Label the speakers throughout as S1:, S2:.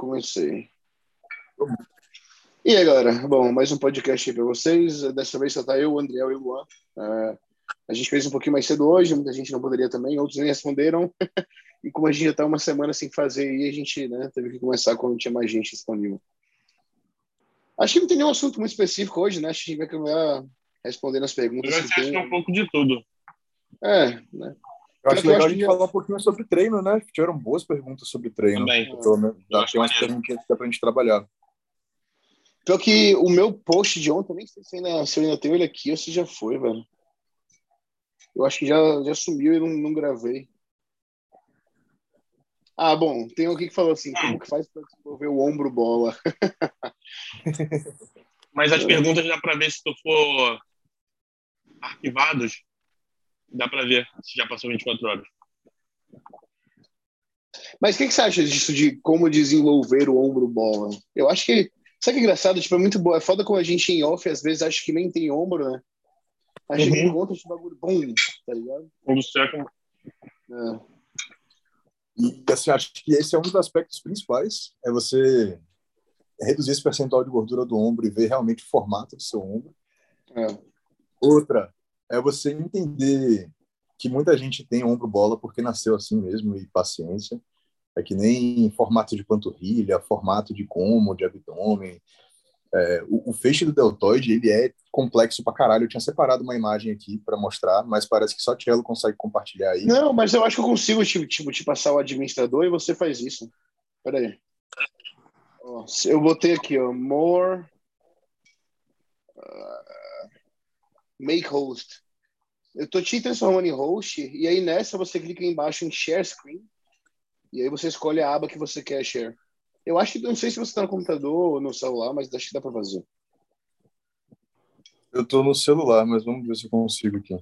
S1: comecei. E aí, galera? Bom, mais um podcast aí para vocês. Dessa vez só tá eu, o Andriel e o Luan. A gente fez um pouquinho mais cedo hoje, muita gente não poderia também, outros nem responderam. E como a gente já tá uma semana sem fazer aí, a gente, teve que começar quando tinha mais gente disponível. Acho que não tem nenhum assunto muito específico hoje, né? Acho que a gente vai acabar respondendo as perguntas
S2: Eu
S1: que
S2: acho que é um pouco de tudo.
S1: Né?
S3: Eu acho legal a gente falar um pouquinho sobre treino, né? Tiveram boas perguntas sobre treino.
S2: Também.
S3: Dá tem umas perguntinhas que dá pra gente trabalhar.
S1: Pior que o meu post de ontem, nem sei se eu ainda tenho ele aqui ou se já foi, velho. Eu acho que já sumiu e não gravei. Ah, bom, tem alguém que falou assim, como que faz para desenvolver o ombro bola?
S2: Mas as perguntas dá para ver se tu for arquivados, dá para ver se já passou 24 horas.
S1: Mas o que você acha disso de como desenvolver o ombro bola? Eu acho que, sabe que é engraçado? Tipo, é muito boa. É foda como a gente em off, às vezes, acha que nem tem ombro, né? Aí chega em conta, esse bagulho, bum, tá ligado?
S2: Ombro seco.
S3: E assim, acho que esse é um dos aspectos principais, é você reduzir esse percentual de gordura do ombro e ver realmente o formato do seu ombro. Outra é você entender que muita gente tem ombro bola porque nasceu assim mesmo, e paciência. É que nem formato de panturrilha, formato de cômodo, de abdômen. O feixe do deltoide, ele é complexo pra caralho. Eu tinha separado uma imagem aqui para mostrar, mas parece que só Tchelo consegue compartilhar aí.
S1: Não, mas eu acho que eu consigo te passar o administrador e você faz isso. Pera aí. Eu botei aqui, more make host. Eu tô te transformando em host e aí nessa você clica embaixo em share screen e aí você escolhe a aba que você quer share. Eu acho que, não sei se você tá no computador ou no celular, mas acho que dá para fazer.
S3: Eu tô no celular, mas vamos ver se eu consigo aqui.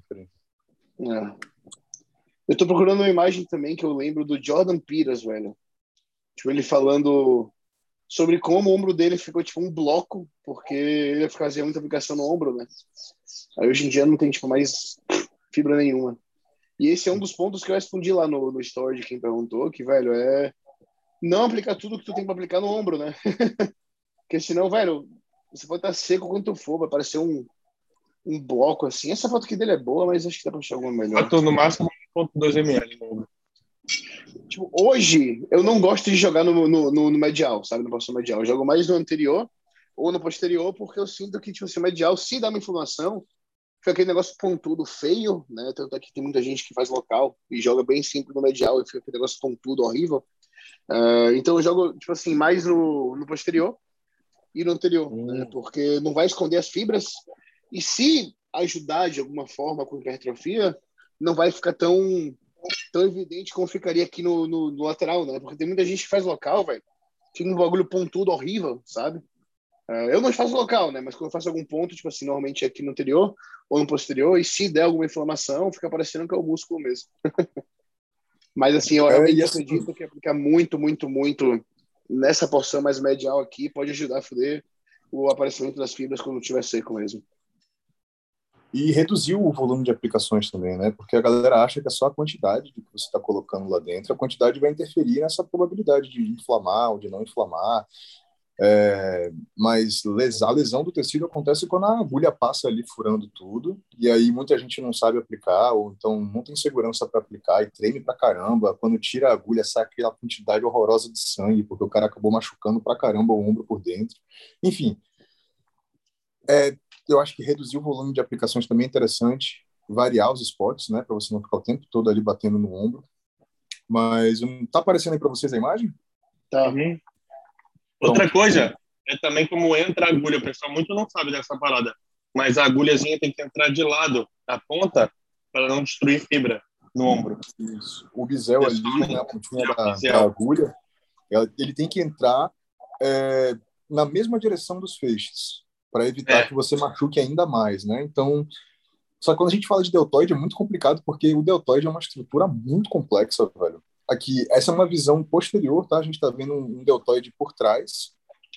S1: Eu tô procurando uma imagem também que eu lembro do Jordan Peters, velho. Tipo, ele falando sobre como o ombro dele ficou tipo um bloco, porque ele fazia muita aplicação no ombro, né? Aí hoje em dia não tem tipo mais fibra nenhuma. E esse é um dos pontos que eu respondi lá no story de quem perguntou, que, velho, é não aplicar tudo que tu tem para aplicar no ombro, né? Porque senão, velho, você pode estar seco quando tu for, vai parecer um bloco assim. Essa foto aqui dele é boa, mas acho que dá pra achar alguma melhor.
S2: Eu tô no máximo 1.2 ml no ombro.
S1: Tipo, hoje, eu não gosto de jogar no medial, sabe? No passo medial. Eu jogo mais no anterior ou no posterior, porque eu sinto que, tipo assim, o medial, se dá uma inflamação, fica aquele negócio pontudo, feio, né? Tanto é que tem muita gente que faz local e joga bem simples no medial e fica aquele negócio pontudo, horrível. Então eu jogo, tipo assim, mais no posterior e no anterior, né? Porque não vai esconder as fibras. E se ajudar de alguma forma com hipertrofia, não vai ficar tão evidente como ficaria aqui no lateral, né? Porque tem muita gente que faz local, velho, fica um bagulho pontudo horrível, sabe? Eu não faço local, né? Mas quando eu faço algum ponto, tipo assim, normalmente aqui no anterior ou no posterior, e se der alguma inflamação, fica parecendo que é o músculo mesmo. Mas assim, eu realmente acredito que aplicar muito, muito, muito nessa porção mais medial aqui pode ajudar a foder o aparecimento das fibras quando estiver seco mesmo.
S3: E reduzir o volume de aplicações também, né? Porque a galera acha que é só a quantidade de que você está colocando lá dentro, a quantidade vai interferir nessa probabilidade de inflamar ou de não inflamar. Mas a lesão do tecido acontece quando a agulha passa ali furando tudo, e aí muita gente não sabe aplicar, ou então não tem segurança para aplicar e treme pra caramba. Quando tira a agulha, sai aquela quantidade horrorosa de sangue, porque o cara acabou machucando pra caramba o ombro por dentro. Enfim, eu acho que reduzir o volume de aplicações também é interessante, variar os esportes, né, para você não ficar o tempo todo ali batendo no ombro. Mas tá aparecendo aí para vocês a imagem?
S1: Tá.
S2: Outra coisa é também como entra a agulha. O pessoal muito não sabe dessa parada, mas a agulhazinha tem que entrar de lado, a ponta, para não destruir fibra no ombro.
S3: Isso. O bisel ali, né, a pontinha da agulha, ele tem que entrar na mesma direção dos feixes, para evitar que você machuque ainda mais, né? Então, só que quando a gente fala de deltoide é muito complicado, porque o deltoide é uma estrutura muito complexa, velho. Aqui, essa é uma visão posterior, tá? A gente está vendo um deltoide por trás,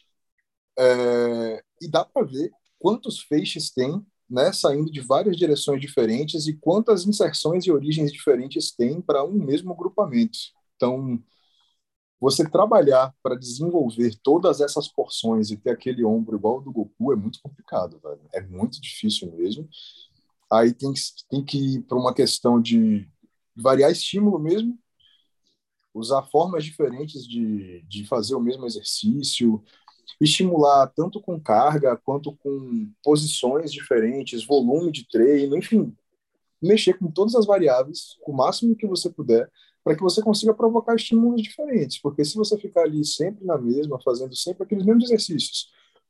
S3: e dá para ver quantos feixes tem, né, saindo de várias direções diferentes e quantas inserções e origens diferentes tem para um mesmo grupamento. Então, você trabalhar para desenvolver todas essas porções e ter aquele ombro igual ao do Goku é muito complicado, velho. É muito difícil mesmo. Aí tem que ir para uma questão de variar estímulo mesmo, usar formas diferentes de fazer o mesmo exercício, estimular tanto com carga quanto com posições diferentes, volume de treino, enfim, mexer com todas as variáveis, o máximo que você puder, para que você consiga provocar estímulos diferentes. Porque se você ficar ali sempre na mesma, fazendo sempre aqueles mesmos exercícios,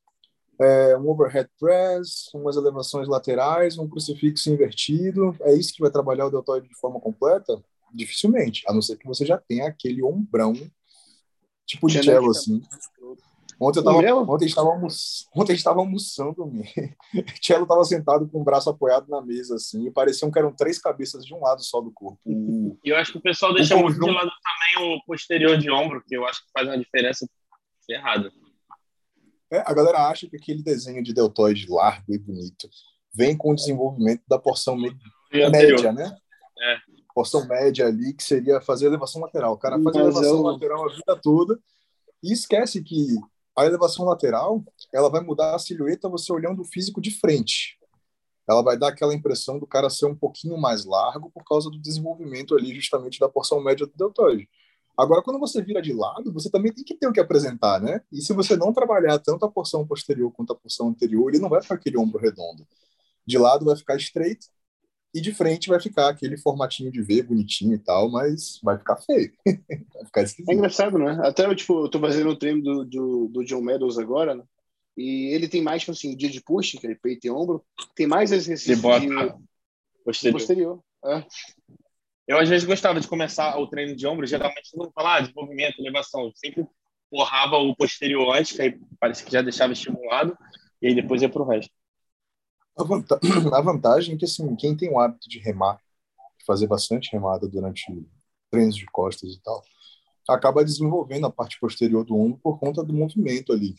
S3: um overhead press, umas elevações laterais, um crucifixo invertido, é isso que vai trabalhar o deltoide de forma completa? Dificilmente, a não ser que você já tenha aquele ombrão, tipo de cello, assim. Ontem a gente estava almoçando, o cello estava sentado com o braço apoiado na mesa, assim, e pareciam que eram 3 cabeças de um lado só do corpo.
S2: E eu acho que o pessoal deixa muito de lado também o posterior de ombro, que eu acho que faz uma diferença ferrada.
S3: A galera acha que aquele desenho de deltoide largo e bonito vem com o desenvolvimento da porção média, né? Porção média ali, que seria fazer elevação lateral. O cara faz elevação lateral a vida toda e esquece que a elevação lateral ela vai mudar a silhueta você olhando o físico de frente. Ela vai dar aquela impressão do cara ser um pouquinho mais largo por causa do desenvolvimento ali justamente da porção média do deltoide. Agora, quando você vira de lado, você também tem que ter o que apresentar, né? E se você não trabalhar tanto a porção posterior quanto a porção anterior, ele não vai ficar aquele ombro redondo. De lado vai ficar estreito e de frente vai ficar aquele formatinho de V bonitinho e tal, mas vai ficar feio. Vai ficar esquisito.
S1: É engraçado, né? Até eu tô fazendo o treino do John Meadows agora, né? E ele tem mais, tipo assim, dia de push, que é peito e ombro, tem mais exercício de posterior.
S2: Eu, às vezes, gostava de começar o treino de ombro, geralmente todo mundo fala, desenvolvimento, elevação. Eu sempre porrava o posterior antes, que aí parece que já deixava estimulado, e aí depois ia pro resto.
S3: A vantagem é que, assim, quem tem o hábito de remar, de fazer bastante remada durante treinos de costas e tal, acaba desenvolvendo a parte posterior do ombro por conta do movimento ali.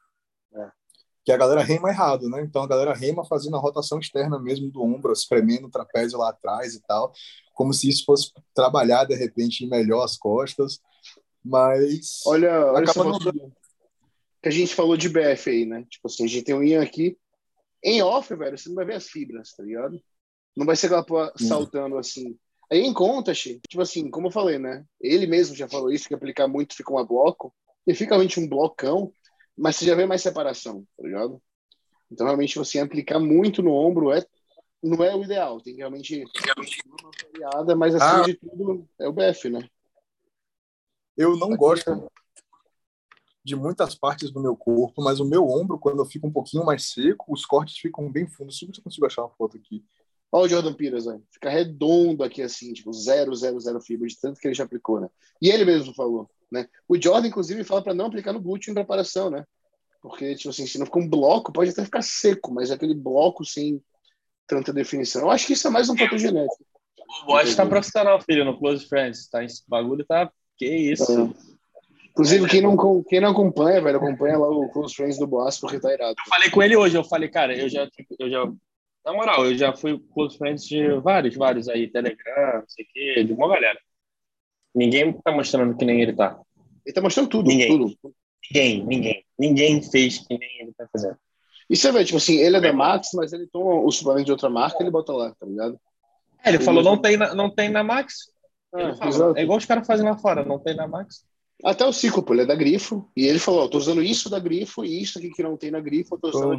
S3: Que a galera rema errado, né? Então a galera rema fazendo a rotação externa mesmo do ombro, espremendo o trapézio lá atrás e tal, como se isso fosse trabalhar de repente melhor as costas, mas
S1: olha
S3: acaba não...
S1: que a gente falou de BF aí, né? Tipo assim, a gente tem um Ian aqui em off, velho, você não vai ver as fibras, tá ligado? Não vai ser aquela porra saltando assim. Aí em contas, tipo assim, como eu falei, né? Ele mesmo já falou isso, que aplicar muito fica um bloco, e fica realmente um blocão, mas você já vê mais separação, tá ligado? Então, realmente, você aplicar muito no ombro não é o ideal. Tem que realmente uma variada, mas acima de tudo é o BF, né?
S3: Eu não gosto de muitas partes do meu corpo, mas o meu ombro, quando eu fico um pouquinho mais seco, os cortes ficam bem fundos. Se eu consigo achar uma foto aqui.
S1: Olha o Jordan Peters, velho. Fica redondo aqui, assim, tipo, 0, 0, 0 fibra, de tanto que ele já aplicou, né? E ele mesmo falou, né? O Jordan, inclusive, fala para não aplicar no glúteo em preparação, né? Porque, tipo assim, se não ficar um bloco, pode até ficar seco, mas aquele bloco sem tanta definição. Eu acho que isso é mais um fator genético.
S2: O Bosch tá profissional, filho, no Close Friends. Tá, esse bagulho tá... Que isso?
S1: Inclusive, quem não acompanha, velho, acompanha lá o Close Friends do Boas, porque tá irado.
S2: Eu falei com ele hoje, eu falei, cara, eu já na moral, eu já fui Close Friends de vários aí, Telegram, não sei o quê, de uma galera. Ninguém tá mostrando que nem ele tá.
S1: Ele tá mostrando tudo,
S2: tudo. Ninguém fez que nem ele tá fazendo.
S1: E você vê, tipo assim, ele é da Max, mas ele toma o suplemento de outra marca e ele bota lá, tá ligado?
S2: Ele falou, não tem na Max. É igual os caras fazem lá fora, não tem na Max.
S1: Até o Ciclo, pô, ele é da Grifo, e ele falou, tô usando isso da Grifo e isso aqui que não tem na Grifo, eu tô usando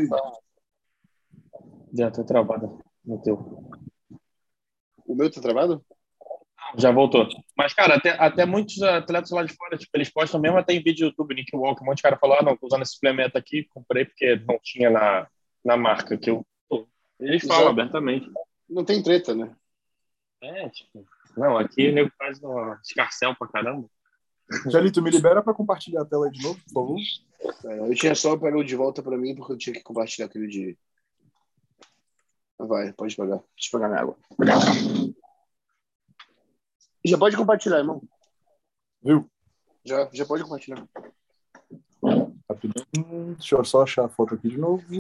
S2: Já tá travado no teu.
S1: O meu tá travado?
S2: Já voltou. Mas, cara, até muitos atletas lá de fora, tipo, eles postam mesmo até em vídeo do YouTube, Nick Walk, um monte de cara falou, não, tô usando esse suplemento aqui, comprei porque não tinha na marca que eu... Eles falam abertamente.
S1: Não tem treta, né?
S2: Tipo... Não, aqui o nego faz um escarcel pra caramba.
S3: Jalito, me libera para compartilhar a tela aí de novo, por favor?
S1: Eu tinha só pegado de volta para mim porque eu tinha que compartilhar aquele de... Vai, pode pegar. Deixa eu pegar minha água. Já pode compartilhar, irmão.
S3: Viu?
S1: Já pode compartilhar.
S3: Rapidinho. Deixa eu só achar a foto aqui de novo.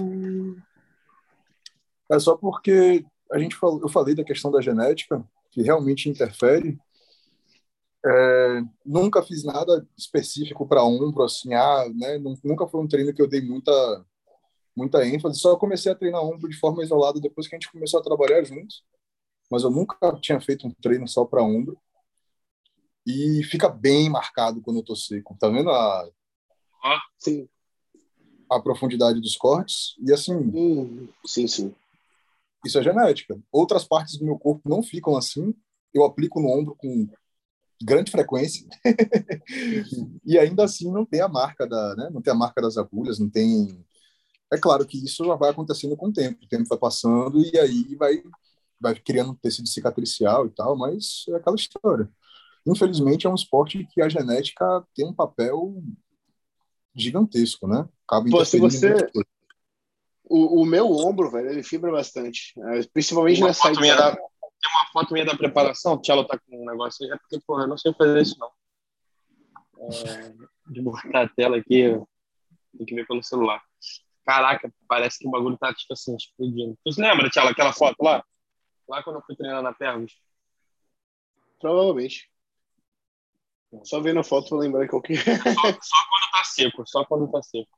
S3: É só porque eu falei da questão da genética, que realmente interfere. Nunca fiz nada específico para ombro, assim, né? Nunca foi um treino que eu dei muita ênfase. Só comecei a treinar ombro de forma isolada depois que a gente começou a trabalhar juntos. Mas eu nunca tinha feito um treino só para ombro. E fica bem marcado quando eu tô seco. Tá vendo
S1: Sim.
S3: a profundidade dos cortes? E assim,
S1: Sim.
S3: isso é genética. Outras partes do meu corpo não ficam assim. Eu aplico no ombro com grande frequência. E ainda assim não tem a marca né? Não tem a marca das agulhas, não tem. É claro que isso vai acontecendo com o tempo vai passando e aí vai criando um tecido cicatricial e tal, mas é aquela história. Infelizmente é um esporte que a genética tem um papel gigantesco, né? Acaba
S1: Pô, se
S3: interferindo em muita
S1: você.
S3: coisa.
S1: O meu ombro, velho, ele fibra bastante. Principalmente
S2: Uma
S1: na
S2: foto
S1: side
S2: minha
S1: side.
S2: tem uma foto minha da preparação, o Tchelo tá com um negócio aí, é porque, porra, eu não sei fazer isso, não. De botar a tela aqui, tem que ver pelo celular. Caraca, parece que o bagulho tá, tipo assim, explodindo. Tu se lembra, Tchelo, aquela foto lá? Lá quando eu fui treinar na Pergus?
S1: Provavelmente. Só vendo a foto pra lembrar qual que é.
S2: Só quando tá seco, só quando tá seco.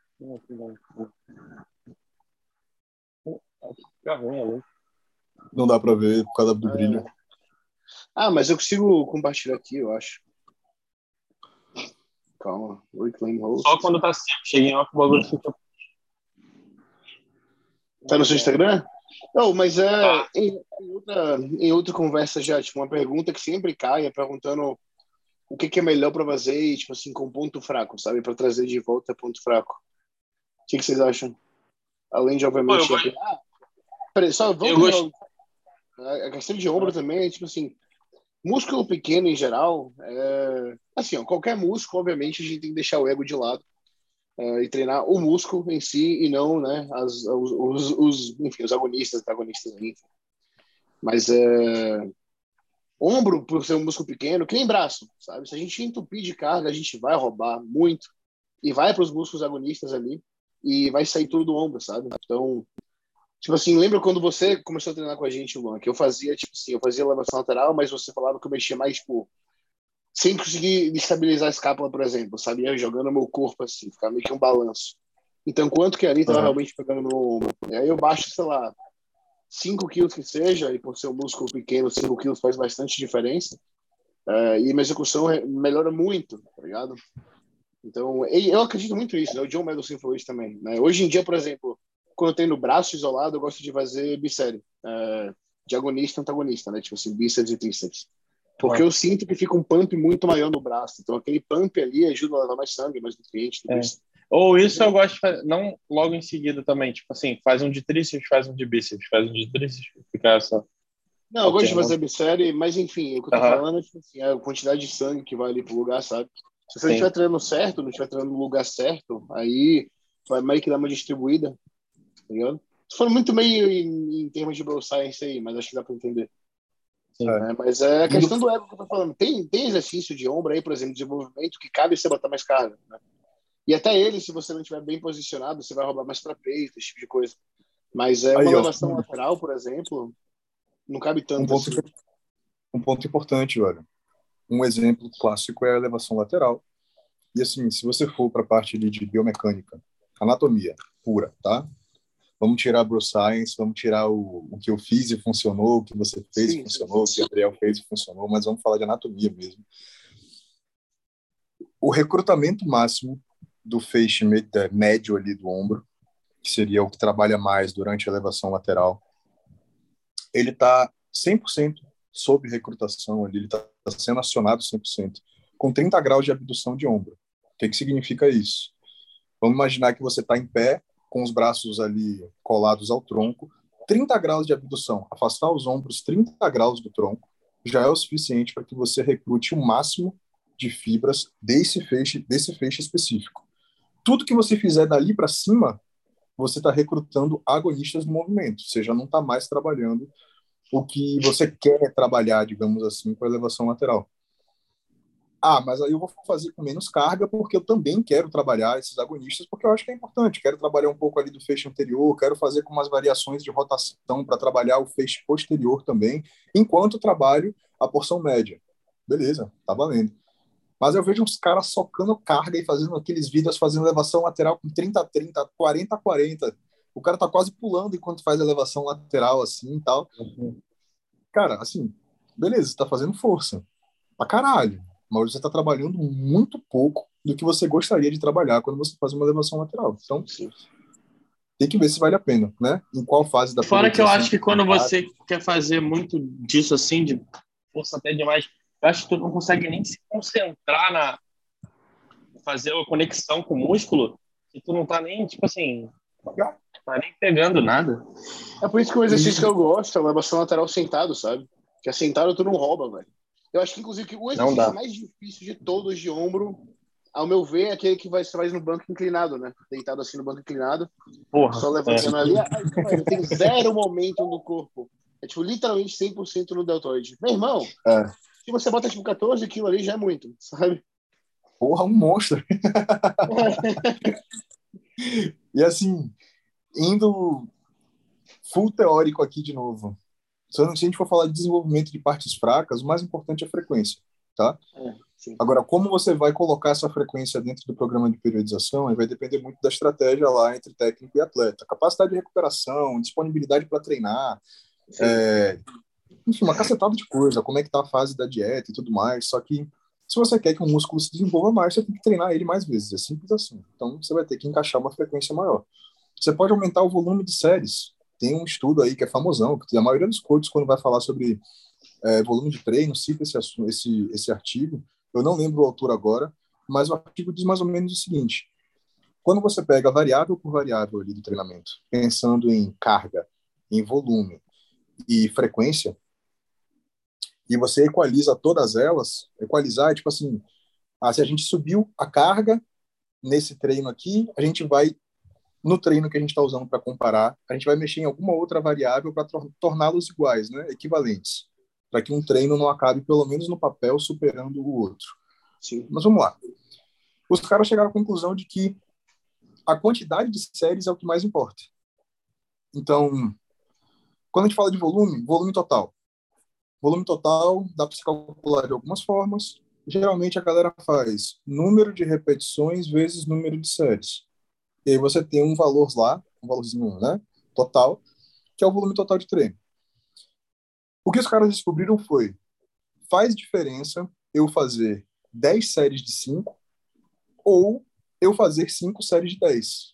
S2: Fica ruim ali.
S3: Não dá para ver por causa do brilho.
S1: Mas eu consigo compartilhar aqui, eu acho. Calma. Reclaim host.
S2: Só quando tá seco. Cheguei em off, o bagulho fica...
S1: Tá no seu Instagram? Não, mas em outra conversa já, tipo, uma pergunta que sempre cai é perguntando o que é melhor para fazer, e, tipo assim, com ponto fraco, sabe? Para trazer de volta ponto fraco. O que vocês acham? Além de,
S2: Pô,
S1: obviamente... peraí, só vamos
S2: eu gosto.
S1: A questão de ombro também é, tipo assim, músculo pequeno em geral, assim, ó, qualquer músculo, obviamente, a gente tem que deixar o ego de lado e treinar o músculo em si e não, né, enfim, os agonistas, antagonistas, enfim. Mas ombro, por ser um músculo pequeno, que nem braço, sabe? Se a gente entupir de carga, a gente vai roubar muito e vai para os músculos agonistas ali e vai sair tudo do ombro, sabe? Então, tipo assim, lembra quando você começou a treinar com a gente, Luan, que eu fazia, tipo assim, eu fazia elevação lateral, mas você falava que eu mexia mais, tipo, sem conseguir estabilizar a escápula, por exemplo, sabe? Eu jogando meu corpo assim, ficava meio que um balanço. Então, quanto que ali tava realmente pegando no ombro? E aí eu baixo, sei lá, 5 quilos que seja, e por ser um músculo pequeno, 5 quilos faz bastante diferença. E minha execução melhora muito, tá ligado? Então, eu acredito muito nisso, né? O John Mendelsohn falou isso também, né? Hoje em dia, por exemplo, quando eu tenho no braço isolado, eu gosto de fazer bissérie, diagonista e antagonista, né? Tipo assim, bíceps e tríceps. Porque eu sinto que fica um pump muito maior no braço. Então, aquele pump ali ajuda a levar mais sangue, mais nutrientes, tudo isso.
S2: Ou isso eu gosto de fazer, não logo em seguida também, tipo assim, faz um de tríceps, faz um de bíceps, faz um de tríceps, fica essa...
S1: Não, eu gosto de fazer bissérie, mas enfim, o que eu tô falando é tipo assim, a quantidade de sangue que vai ali pro lugar, sabe? Se você não estiver treinando certo, não estiver treinando no lugar certo, aí vai meio que dar uma distribuída, tá ligado? Tô falando muito meio em termos de bro science aí, mas acho que dá pra entender. Mas é a questão do ego que eu tô falando. Tem exercício de ombro aí, por exemplo, de desenvolvimento que cabe você botar mais carga, né? E até ele, se você não estiver bem posicionado, você vai roubar mais para peito, esse tipo de coisa. Mas uma elevação lateral, por exemplo, não cabe tanto assim.
S3: Um ponto importante, olha. Um exemplo clássico é a elevação lateral. E assim, se você for para a parte ali de biomecânica, anatomia pura, tá? Vamos tirar a bro science, vamos tirar o que eu fiz e funcionou, o que você fez e funcionou, o que o Gabriel fez e funcionou, mas vamos falar de anatomia mesmo. O recrutamento máximo do feixe médio ali do ombro, que seria o que trabalha mais durante a elevação lateral, ele está 100% sob recrutação ali, ele está sendo acionado 100%, com 30 graus de abdução de ombro. O que significa isso? Vamos imaginar que você está em pé, com os braços ali colados ao tronco, 30 graus de abdução, afastar os ombros 30 graus do tronco, já é o suficiente para que você recrute o máximo de fibras desse feixe específico. Tudo que você fizer dali para cima, você está recrutando agonistas do movimento, você já não está mais trabalhando o que você quer trabalhar, digamos assim, com a elevação lateral. Mas aí eu vou fazer com menos carga porque eu também quero trabalhar esses agonistas porque eu acho que é importante. Quero trabalhar um pouco ali do feixe anterior, quero fazer com umas variações de rotação para trabalhar o feixe posterior também, enquanto trabalho a porção média. beleza, tá valendo. Mas eu vejo uns caras socando carga e fazendo aqueles vídeos, fazendo elevação lateral com 30-30, 40-40. O cara tá quase pulando enquanto faz a elevação lateral, assim, e tal. Cara, assim, beleza, você tá fazendo força. Pra caralho. Mas você tá trabalhando muito pouco do que você gostaria de trabalhar quando você faz uma elevação lateral. Então,
S1: Sim.
S3: tem que ver se vale a pena, né? Em qual fase da
S2: Fora que eu
S3: periodização
S2: acho que quando você quer fazer muito disso assim, de força até demais, eu acho que tu não consegue nem se concentrar na fazer a conexão com o músculo e tu não tá nem, tipo assim, tá nem pegando nada.
S1: É por isso que o exercício que eu gosto é a elevação lateral sentado, sabe? Que é sentado, tu não rouba, velho. Eu acho que, inclusive, que o
S2: Não
S1: exercício
S2: dá.
S1: mais difícil de todos de ombro, ao meu ver, é aquele que você faz no banco inclinado, né? Deitado assim no banco inclinado,
S2: Porra.
S1: só levantando ali. Aí, velho, tem zero momento no corpo. É, tipo, literalmente 100% no deltoide. Meu irmão, se você bota, tipo, 14 quilos ali, já é muito, sabe?
S3: Porra, um monstro. E assim, indo full teórico aqui de novo. Se a gente for falar de desenvolvimento de partes fracas, o mais importante é a frequência, tá?
S1: Sim.
S3: Agora, como você vai colocar essa frequência dentro do programa de periodização, aí vai depender muito da estratégia lá entre técnico e atleta. Capacidade de recuperação, disponibilidade para treinar, enfim, uma cacetada de coisa, como é que tá a fase da dieta e tudo mais. Só que se você quer que o músculo se desenvolva mais, você tem que treinar ele mais vezes, é simples assim. Então, você vai ter que encaixar uma frequência maior. Você pode aumentar o volume de séries. Tem um estudo aí que é famosão, que a maioria dos coaches, quando vai falar sobre volume de treino, cita esse artigo. Eu não lembro o autor agora, mas o artigo diz mais ou menos o seguinte: quando você pega variável por variável ali do treinamento, pensando em carga, em volume e frequência, e você equaliza todas elas, equalizar é tipo assim, se a gente subiu a carga nesse treino aqui, a gente vai, no treino que a gente está usando para comparar, a gente vai mexer em alguma outra variável para torná-los iguais, né, equivalentes, para que um treino não acabe, pelo menos no papel, superando o outro.
S1: Sim.
S3: Mas vamos lá. Os caras chegaram à conclusão de que a quantidade de séries é o que mais importa. Então, quando a gente fala de volume, volume total. Volume total dá para se calcular de algumas formas. Geralmente a galera faz número de repetições vezes número de séries. E aí você tem um valor lá, um valorzinho, né, total, que é o volume total de treino. O que os caras descobriram foi, faz diferença eu fazer 10 séries de 5 ou eu fazer 5 séries de 10.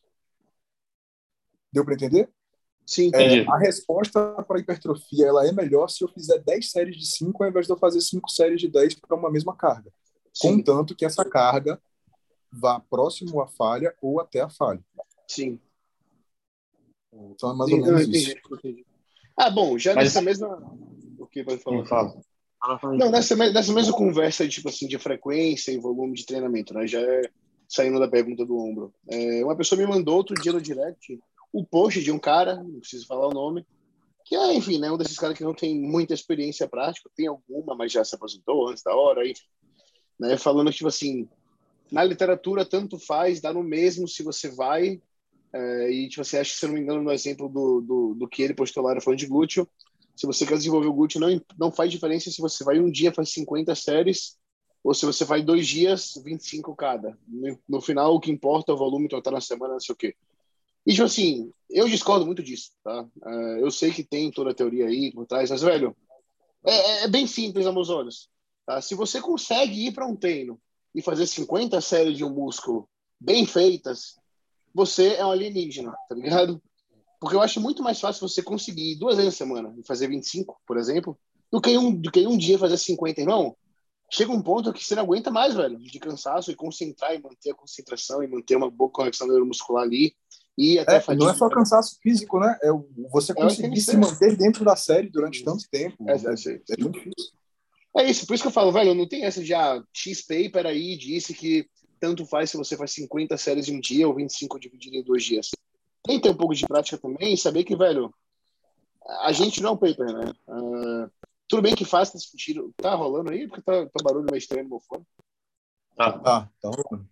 S3: Deu para entender?
S1: Sim.
S3: A resposta para a hipertrofia ela é melhor se eu fizer 10 séries de 5 ao invés de eu fazer 5 séries de 10 para uma mesma carga.
S1: Sim.
S3: Contanto que essa carga vá próximo à falha ou até a falha.
S1: Sim.
S3: Então é mais ou menos isso.
S1: Entendi. Bom, já nessa mesma... O que vai falar? Não, nessa mesma conversa tipo assim, de frequência e volume de treinamento, né? Já é saindo da pergunta do ombro. Uma pessoa me mandou outro dia no direct o post de um cara, não preciso falar o nome, que é, enfim, né, um desses caras que não tem muita experiência prática, tem alguma, mas já se aposentou antes da hora, enfim, né? Falando que, tipo assim, na literatura tanto faz, dá no mesmo se você vai, e tipo, você acha que, se eu não me engano, no exemplo do que ele postou lá, falando de glúteo, se você quer desenvolver o glúteo, não faz diferença se você vai um dia, faz 50 séries, ou se você vai 2 dias, 25 cada. No final, o que importa é o volume total na semana, não sei o quê. E, tipo assim, eu discordo muito disso, tá? Eu sei que tem toda a teoria aí por trás, mas, velho, é bem simples aos meus olhos. Tá? Se você consegue ir para um treino e fazer 50 séries de um músculo bem feitas, você é um alienígena, tá ligado? Porque eu acho muito mais fácil você conseguir 2 vezes na semana e fazer 25, por exemplo, do que um dia fazer 50, irmão. Chega um ponto que você não aguenta mais, velho, de cansaço e concentrar e manter a concentração e manter uma boa conexão neuromuscular ali e até
S3: Não é
S1: fadiga.
S3: só cansaço físico, né? É você conseguir se manter dentro da série durante tanto tempo. É muito difícil.
S1: É isso, por isso que eu falo, velho, não tem essa de X-Paper aí disse que tanto faz se você faz 50 séries em um dia ou 25 dividido em 2 dias. Tem que ter um pouco de prática também e saber que, velho, a gente não é um paper, né? Tudo bem que faz esse tiro. Tá rolando aí? Porque tá barulho meio estranho no meu fone.
S3: Tá rolando.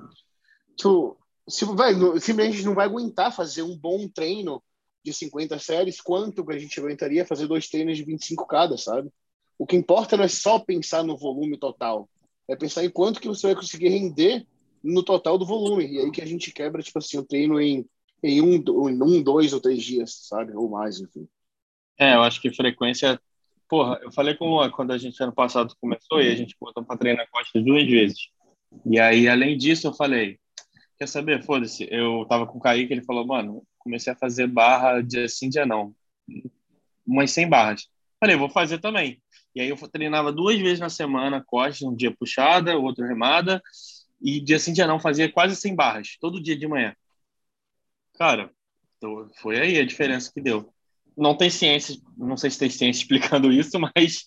S1: Velho, simplesmente a gente não vai aguentar fazer um bom treino de 50 séries, quanto que a gente aguentaria fazer 2 treinos de 25 cada, sabe? O que importa não é só pensar no volume total, é pensar em quanto que você vai conseguir render no total do volume. E aí que a gente quebra, tipo assim, o treino em um, 2 ou 3 dias, sabe? Ou mais, enfim.
S2: Eu acho que frequência. Porra, eu falei com o Luan quando a gente ano passado começou e a gente botou para treinar costas 2 vezes. E aí, além disso, eu falei: quer saber? Foda-se. Eu tava com o Kaique, ele falou: mano, comecei a fazer barra dia sim, dia não. Umas 100 barras. Falei: vou fazer também. E aí eu treinava 2 vezes na semana costas, um dia puxada, outro remada. E dia sim, dia não, fazia quase 100 barras, todo dia de manhã. Cara, então foi aí a diferença que deu. Não tem ciência, não sei se tem ciência explicando isso, mas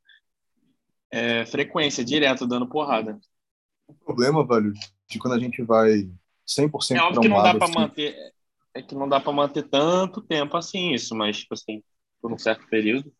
S2: frequência, direto, dando porrada.
S3: O problema, velho, de quando a gente vai
S2: É
S3: 100%
S2: óbvio que não dá
S3: traumado,
S2: para
S3: assim,
S2: manter, é que não dá para manter tanto tempo assim isso, mas tipo assim, por um certo período.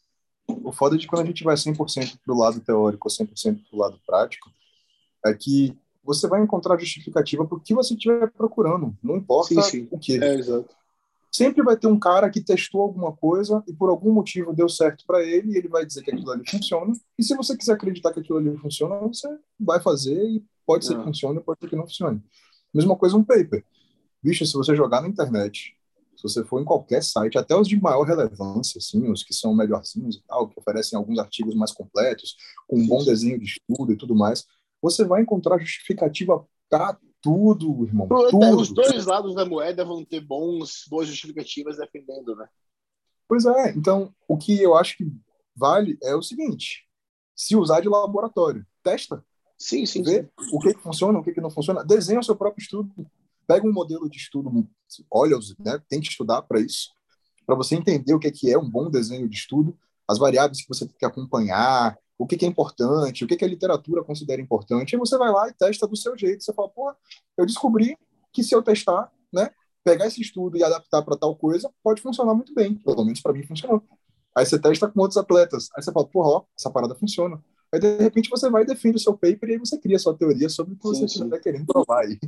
S3: o foda de quando a gente vai 100% pro lado teórico ou 100% pro lado prático é que você vai encontrar justificativa pro que você estiver procurando, não
S1: Sim,
S3: importa
S1: sim.
S3: o que.
S1: Exato.
S3: Sempre vai ter um cara que testou alguma coisa e por algum motivo deu certo para ele e ele vai dizer que aquilo ali funciona. E se você quiser acreditar que aquilo ali funciona, você vai fazer e pode ser que
S1: É.
S3: funcione, pode ser que não funcione. Mesma coisa um paper. Bicho, se você jogar na internet, se você for em qualquer site, até os de maior relevância, assim, os que são melhorzinhos e tal, que oferecem alguns artigos mais completos, com um
S1: Sim,
S3: bom
S1: sim.
S3: desenho de estudo e tudo mais, você vai encontrar justificativa para tudo, irmão,
S1: Os
S3: tudo.
S1: dois lados da moeda vão ter boas justificativas defendendo, né?
S3: Pois é, então o que eu acho que vale é o seguinte: se usar de laboratório, testa,
S1: Sim, sim,
S3: vê
S1: sim.
S3: o que funciona, o que não funciona, desenha o seu próprio estudo, pega um modelo de estudo, olha, né, tente estudar para isso, para você entender o que é um bom desenho de estudo, as variáveis que você tem que acompanhar, o que é importante, o que a literatura considera importante, aí você vai lá e testa do seu jeito. Você fala, pô, eu descobri que se eu testar, né, pegar esse estudo e adaptar para tal coisa, pode funcionar muito bem. Pelo menos para mim funcionou. Aí você testa com outros atletas. Aí você fala, porra, ó, essa parada funciona. Aí, de repente, você vai e defende o seu paper e aí você cria a sua teoria sobre o que você
S1: Sim, sim.
S3: estiver querendo provar aí.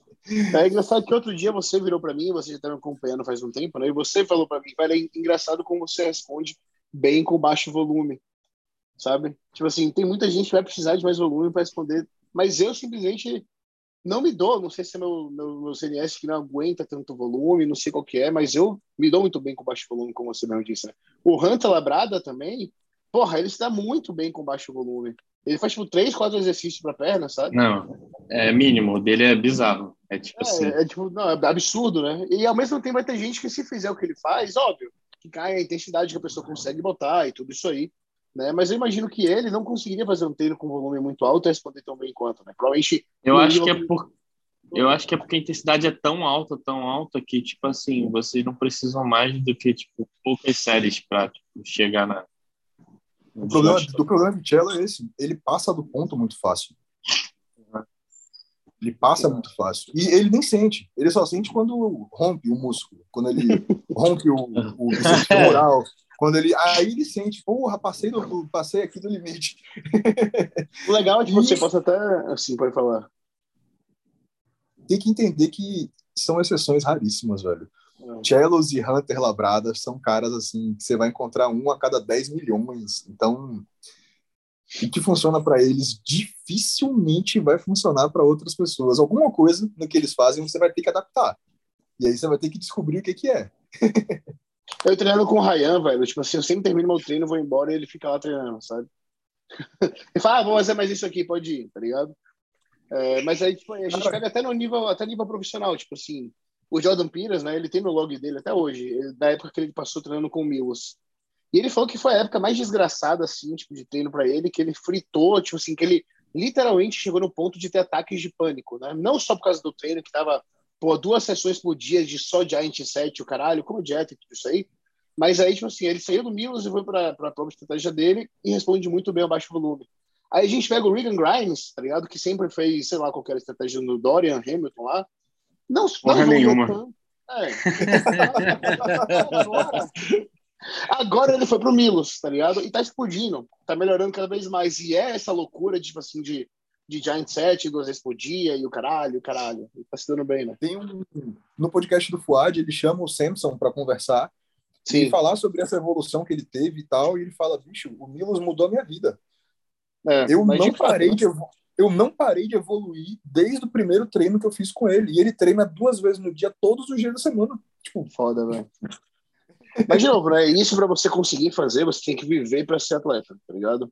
S1: É engraçado que outro dia você virou para mim, você já está me acompanhando faz um tempo, né? E você falou para mim, velho, é engraçado como você responde bem com baixo volume, sabe? Tipo assim, tem muita gente que vai precisar de mais volume para responder, mas eu simplesmente não me dou, não sei se é meu CNS que não aguenta tanto volume, não sei qual que é, mas eu me dou muito bem com baixo volume, como você mesmo disse, né? O Hunter Labrada também, porra, ele se dá muito bem com baixo volume. Ele faz, tipo, 3, 4 exercícios pra perna, sabe?
S2: Não, é mínimo, o dele é bizarro. É tipo assim,
S1: Tipo, não, é absurdo, né? E ao mesmo tempo vai ter gente que se fizer o que ele faz, óbvio, que cai a intensidade que a pessoa consegue botar e tudo isso aí, né? Mas eu imagino que ele não conseguiria fazer um treino com volume muito alto e responder tão bem quanto, né? Provavelmente
S2: eu
S1: no
S2: acho que
S1: nível
S2: é
S1: que ele...
S2: por eu acho que é porque a intensidade é tão alta que tipo assim, vocês não precisam mais do que tipo poucas séries para tipo, chegar no
S3: O problema
S2: desgaste
S3: do
S2: todo.
S3: problema de cello é esse, ele passa do ponto muito fácil. Ele passa muito fácil. E ele nem sente. Ele só sente quando rompe o músculo, quando ele rompe o bíceps femoral, quando ele. Aí ele sente, porra, passei aqui do limite.
S1: O legal é que
S3: E
S1: você possa até, assim, pode falar.
S3: tem que entender que são exceções raríssimas, velho. Cellos e Hunter Labradas são caras assim que você vai encontrar um a cada 10 milhões. Então, o que funciona para eles dificilmente vai funcionar para outras pessoas. Alguma coisa no que eles fazem você vai ter que adaptar. E aí você vai ter que descobrir o que é.
S1: Eu treinando com o Ryan, velho, tipo assim, eu sempre termino meu treino, vou embora e ele fica lá treinando, sabe? Ele fala, vou fazer mais isso aqui, pode ir, tá ligado? Mas aí, tipo, a gente
S3: Cara,
S1: pega até nível profissional, tipo assim, o Jordan Pires, né, ele tem no log dele até hoje, da época que ele passou treinando com o Milos. E ele falou que foi a época mais desgraçada, assim, tipo, de treino para ele, que ele fritou, tipo assim, que ele literalmente chegou no ponto de ter ataques de pânico, né? Não só por causa do treino, que tava, pô, 2 sessões por dia de só Giant Set, o caralho, como dieta e tudo isso aí. Mas aí, tipo assim, ele saiu do Milos e foi pra própria estratégia dele e responde muito bem ao baixo volume. Aí a gente pega o Regan Grimes, tá ligado? Que sempre fez, sei lá, qualquer estratégia no Dorian, Hamilton lá. Não
S2: Porra
S1: evoluiu
S2: nenhuma.
S1: tanto. Agora, agora ele foi pro Milos, tá ligado? E tá explodindo, tá melhorando cada vez mais. E é essa loucura, tipo assim, de Giant Set 2 vezes por dia e o caralho. E tá se dando bem, né?
S3: no podcast do Fuad, ele chama o Samson para conversar. E falar sobre essa evolução que ele teve e tal, e ele fala, bicho, o Milos mudou a minha vida. Eu não parei de evoluir desde o primeiro treino que eu fiz com ele. E ele treina 2 vezes no dia, todos os dias da semana. Tipo,
S1: foda, velho. Mas, de novo, né? Isso pra você conseguir fazer, você tem que viver pra ser atleta, tá ligado?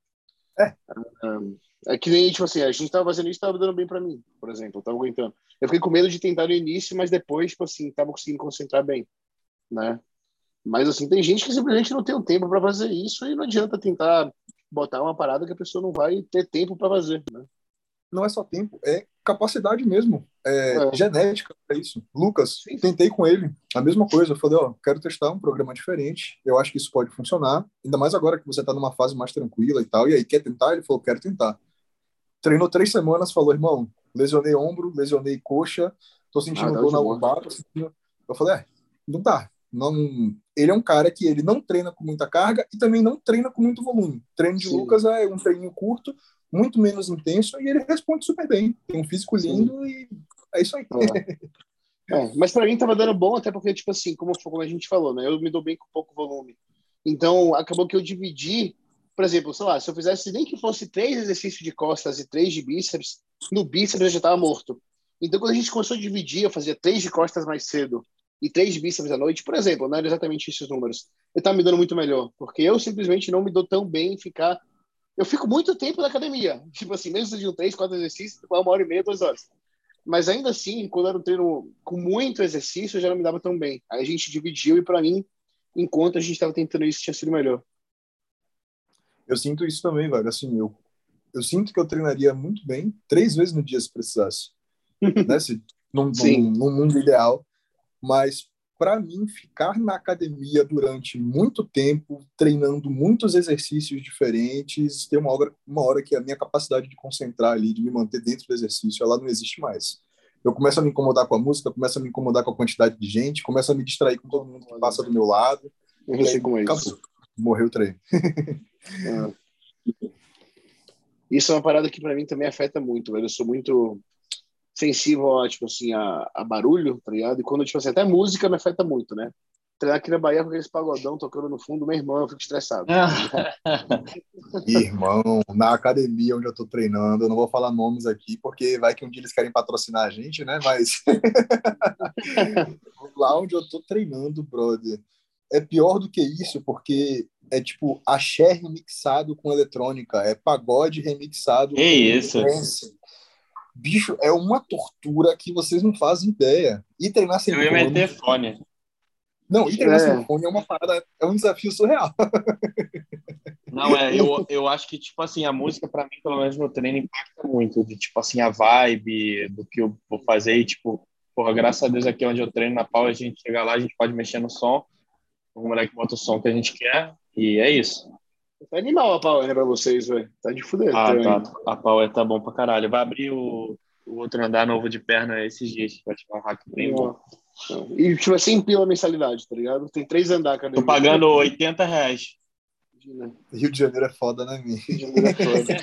S1: É que nem, tipo assim, a gente tava fazendo isso, tava dando bem pra mim, por exemplo, eu tava aguentando. Eu fiquei com medo de tentar no início, mas depois, tipo assim, tava conseguindo concentrar bem, né? Mas, assim, tem gente que simplesmente não tem o tempo pra fazer isso e não adianta tentar botar uma parada que a pessoa não vai ter tempo pra fazer, né?
S3: Não é só tempo, é capacidade mesmo. Genética é isso. Lucas, tentei com ele a mesma coisa. Eu falei, quero testar um programa diferente. Eu acho que isso pode funcionar. Ainda mais agora que você está numa fase mais tranquila e tal. E aí, quer tentar? Ele falou, quero tentar. Treinou 3 semanas, falou, irmão, lesionei ombro, lesionei coxa, tô sentindo dor na lombar. Eu falei, não dá. Não, ele é um cara que ele não treina com muita carga e também não treina com muito volume. O treino de Lucas é um treininho curto, muito menos intenso, e ele responde super bem. Tem um físico lindo e é isso aí.
S1: Mas pra mim tava dando bom, até porque, tipo assim, como a gente falou, né? Eu me dou bem com pouco volume. Então, acabou que eu dividi, por exemplo, sei lá, se eu fizesse nem que fosse 3 exercícios de costas e 3 de bíceps, no bíceps eu já tava morto. Então, quando a gente começou a dividir, eu fazia 3 de costas mais cedo e 3 de bíceps à noite, por exemplo, não era exatamente esses números. Eu tava me dando muito melhor, porque eu simplesmente não me dou tão bem em ficar. Eu fico muito tempo na academia. Tipo assim, mesmo de 3, 4 exercícios, 1h30, 2 horas. Mas ainda assim, quando era um treino com muito exercício, eu já não me dava tão bem. Aí a gente dividiu e para mim, enquanto a gente estava tentando isso, tinha sido melhor.
S3: Eu sinto isso também, velho. Assim, eu sinto que eu treinaria muito bem 3 vezes no dia se precisasse. Né? Num mundo ideal. Mas, para mim, ficar na academia durante muito tempo, treinando muitos exercícios diferentes, tem uma hora que a minha capacidade de concentrar ali, de me manter dentro do exercício, ela não existe mais. Eu começo a me incomodar com a música, começo a me incomodar com a quantidade de gente, começo a me distrair com todo mundo que passa do meu lado.
S1: Eu sei como é isso.
S3: Morreu o treino.
S1: Isso é uma parada que para mim também afeta muito, velho. Eu sou muito sensível a, tipo assim, a barulho, tá ligado? E quando, tipo assim, até música me afeta muito, né? Treinar aqui na Bahia com aqueles pagodão tocando no fundo, meu irmão, eu fico estressado.
S3: Irmão, na academia onde eu tô treinando, eu não vou falar nomes aqui, porque vai que um dia eles querem patrocinar a gente, né? Mas lá onde eu tô treinando, brother, é pior do que isso, porque é tipo axé remixado com eletrônica, é pagode remixado com dance. Bicho, é uma tortura que vocês não fazem ideia. E treinar sem
S2: fone. Eu ia meter fone.
S3: Não, e treinar sem fone é uma parada, é um desafio surreal.
S2: Não, eu acho que, tipo assim, a música, pra mim, pelo menos no treino, impacta muito, de, tipo assim, a vibe do que eu vou fazer e, tipo, porra, graças a Deus aqui onde eu treino, na Paula, a gente chega lá, a gente pode mexer no som, o moleque bota o som que a gente quer, e é isso.
S1: Tá animal a Power, né, pra vocês, velho. Tá de fuder.
S2: Tá. A Power tá bom pra caralho. Vai abrir o outro andar novo de perna esses dias. Vai tirar um hack bem bom.
S1: E, tipo, 100 pila a mensalidade, tá ligado? Tem 3 andares, cara.
S2: Tô pagando R$80.
S3: Rio de Janeiro é foda, né, Mi?
S1: Rio de Janeiro é foda.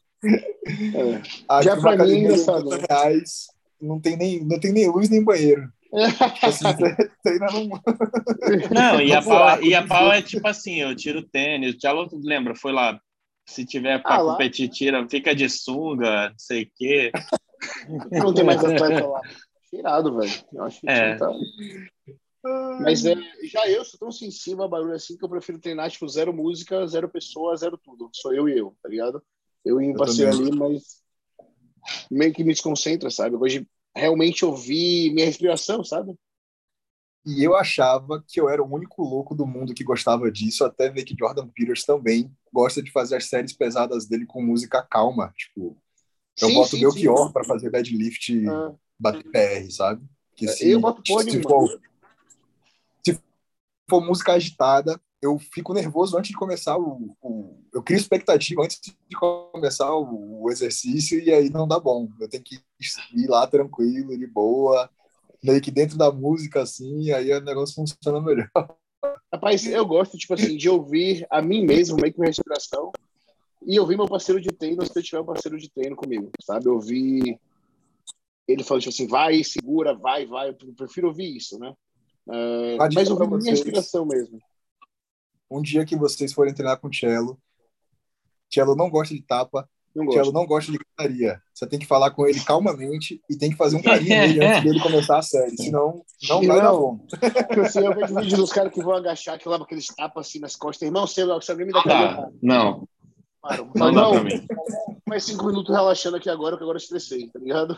S3: Já pra mim é engraçado. R$80, não tem nem luz nem banheiro. Tipo assim, você ainda não.
S2: Não, e a pau é tipo assim: eu tiro tênis. Já lembra? Foi lá. Se tiver pra competir, tira, fica de sunga, não sei o quê.
S1: Não tem mais atleta lá. Tirado, velho. Eu acho que tá. Mas já eu sou tão sensível a barulho assim que eu prefiro treinar, tipo, 0 música, 0 pessoa, 0 tudo. Sou eu e eu, tá ligado? Eu e um parceiro ali, mas meio que me desconcentra, sabe? Eu gosto de realmente ouvir minha respiração, sabe?
S3: E eu achava que eu era o único louco do mundo que gostava disso, até ver que Jordan Peters também gosta de fazer as séries pesadas dele com música calma. Tipo, eu boto o Belchior para fazer deadlift, bater PR, sabe? Que
S1: eu boto
S3: se for música agitada, eu fico nervoso antes de começar eu crio expectativa antes de começar o exercício e aí não dá bom. Eu tenho que ir lá tranquilo, de boa, meio que dentro da música, assim, e aí o negócio funciona melhor.
S1: Rapaz, eu gosto, tipo assim, de ouvir a mim mesmo, meio que minha respiração, e ouvir meu parceiro de treino se eu tiver um parceiro de treino comigo, sabe? Ouvir ele falando, tipo assim, vai, segura, vai, eu prefiro ouvir isso, né? Mas ouvir minha respiração mesmo.
S3: um dia que vocês forem treinar com o Cello não gosta de tapa, Cello não gosta de gritaria. Você tem que falar com ele calmamente e tem que fazer um carinho nele antes dele começar a série, senão não vai dar bom.
S1: Assim, eu vejo vídeo dos caras que vão agachar, que levam aqueles tapas assim nas costas. Irmão, se alguém me dá carinho,
S2: não.
S1: Paro.
S2: Não dá pra mim.
S1: Mais 5 minutos relaxando aqui agora, que agora eu estressei, tá ligado?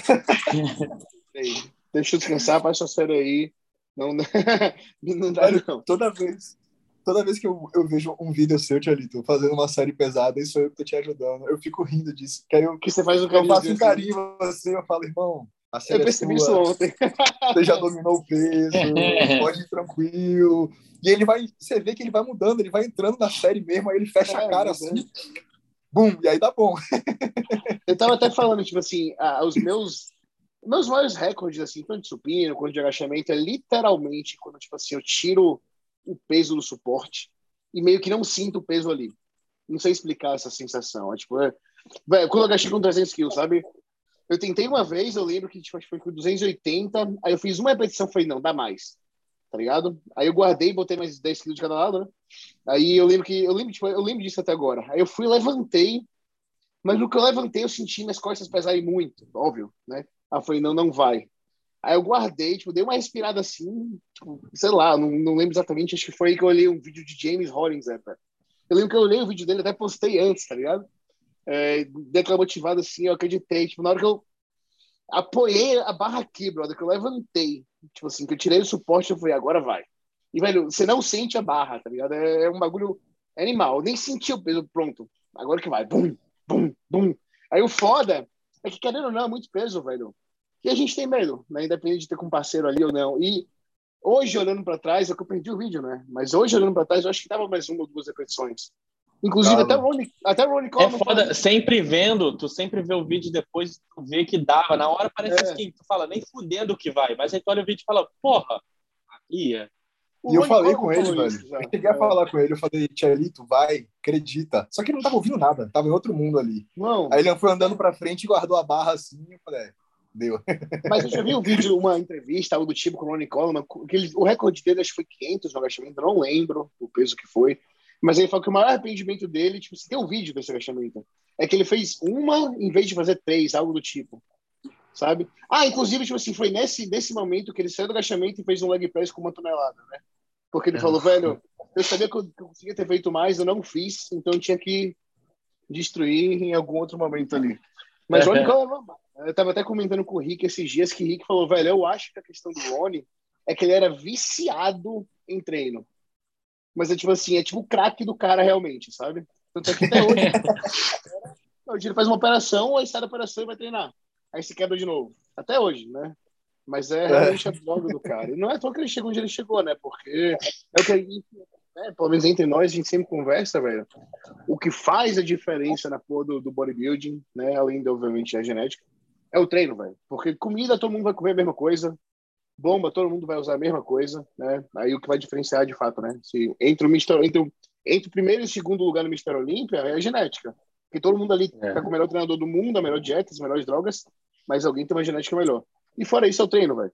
S1: Deixa eu descansar, faz sua série aí. Não, não dá, não.
S3: Toda vez que eu vejo um vídeo seu, Tchalito, fazendo uma série pesada, e sou eu que tô te ajudando, eu fico rindo disso.
S1: Que você faz um
S3: carinho. Eu faço um carinho assim, eu falo, irmão, a série
S1: eu percebi isso ontem.
S3: Você já dominou o peso, pode ir tranquilo. E ele vai, você vê que ele vai mudando, ele vai entrando na série mesmo, aí ele fecha a cara assim, bum, e aí dá bom.
S1: Eu tava até falando, tipo assim, os meus maiores recordes, assim, tanto de supino quanto de agachamento, é literalmente quando, tipo assim, eu tiro o peso do suporte e meio que não sinto o peso ali. Não sei explicar essa sensação. Quando eu agachei com 300 quilos, sabe? Eu tentei uma vez, eu lembro que tipo, acho que foi com 280, aí eu fiz uma repetição, falei, não, dá mais, tá ligado? Aí eu guardei, botei mais 10 quilos de cada lado, né? Aí eu lembro disso até agora. Aí eu fui, levantei, mas no que eu levantei, eu senti minhas costas pesarem muito, óbvio, né? Aí eu falei, não vai. Aí eu guardei, tipo, dei uma respirada assim, tipo, sei lá, não lembro exatamente, acho que foi aí que eu olhei um vídeo de James Hollingsworth. Eu lembro que eu olhei o vídeo dele, até postei antes, tá ligado? Dei aquela motivada assim, eu acreditei, tipo, na hora que eu apoiei a barra aqui, brother, que eu levantei, tipo assim, que eu tirei o suporte, eu falei, agora vai. E, velho, você não sente a barra, tá ligado? É um bagulho animal, eu nem senti o peso, pronto, agora que vai, bum, bum, bum. Aí o foda é que, querendo ou não, é muito peso, velho. E a gente tem medo, né? Independente de ter com um parceiro ali ou não. E hoje, olhando pra trás, é que eu perdi o vídeo, né? Mas hoje, olhando pra trás, eu acho que dava mais uma ou duas repetições. Inclusive, até o Ronnie Coleman...
S2: foda, sempre vendo, tu sempre vê o vídeo depois, tu vê que dava. Na hora parece assim, tu fala, nem fudendo que vai. Mas aí tu olha o vídeo e fala, porra, ia.
S3: E eu falei com ele, velho. Eu cheguei a falar com ele, eu falei, Tchalito, vai, acredita. Só que ele não tava ouvindo nada, tava em outro mundo ali.
S1: Não.
S3: Aí ele foi andando pra frente e guardou a barra assim, eu falei, deu.
S1: Mas eu já vi um vídeo, uma entrevista, algo do tipo com o Ronnie Coleman, o recorde dele acho que foi 500 no agachamento, não lembro o peso que foi. Mas ele falou que o maior arrependimento dele, tipo, se tem um vídeo desse agachamento, é que ele fez uma em vez de fazer 3, algo do tipo. Sabe? Inclusive, tipo assim, foi nesse momento que ele saiu do agachamento e fez um leg press com 1 tonelada, né? Porque ele falou, velho, eu sabia que eu conseguia ter feito mais, eu não fiz, então eu tinha que destruir em algum outro momento ali. Mas o Ronnie Coleman, eu tava até comentando com o Rick esses dias que o Rick falou, velho, eu acho que a questão do Ronnie é que ele era viciado em treino. Mas é tipo assim, é tipo o craque do cara realmente, sabe? Tanto é que até hoje, hoje ele faz uma operação, aí sai da operação e vai treinar. Aí se quebra de novo. Até hoje, né? Mas realmente a droga do cara. E não é só que ele chegou onde ele chegou, né? Porque é o que a gente, né? Pelo menos entre nós, a gente sempre conversa, velho. O que faz a diferença na porra do bodybuilding, né? Além de, obviamente, a genética, é o treino, velho. Porque comida, todo mundo vai comer a mesma coisa. Bomba, todo mundo vai usar a mesma coisa, né? Aí o que vai diferenciar de fato, né? Se entre o primeiro e o segundo lugar no Mister Olímpia é a genética. Porque todo mundo ali tá com o melhor treinador do mundo, a melhor dieta, as melhores drogas, mas alguém tem uma genética melhor. E fora isso, é o treino, velho.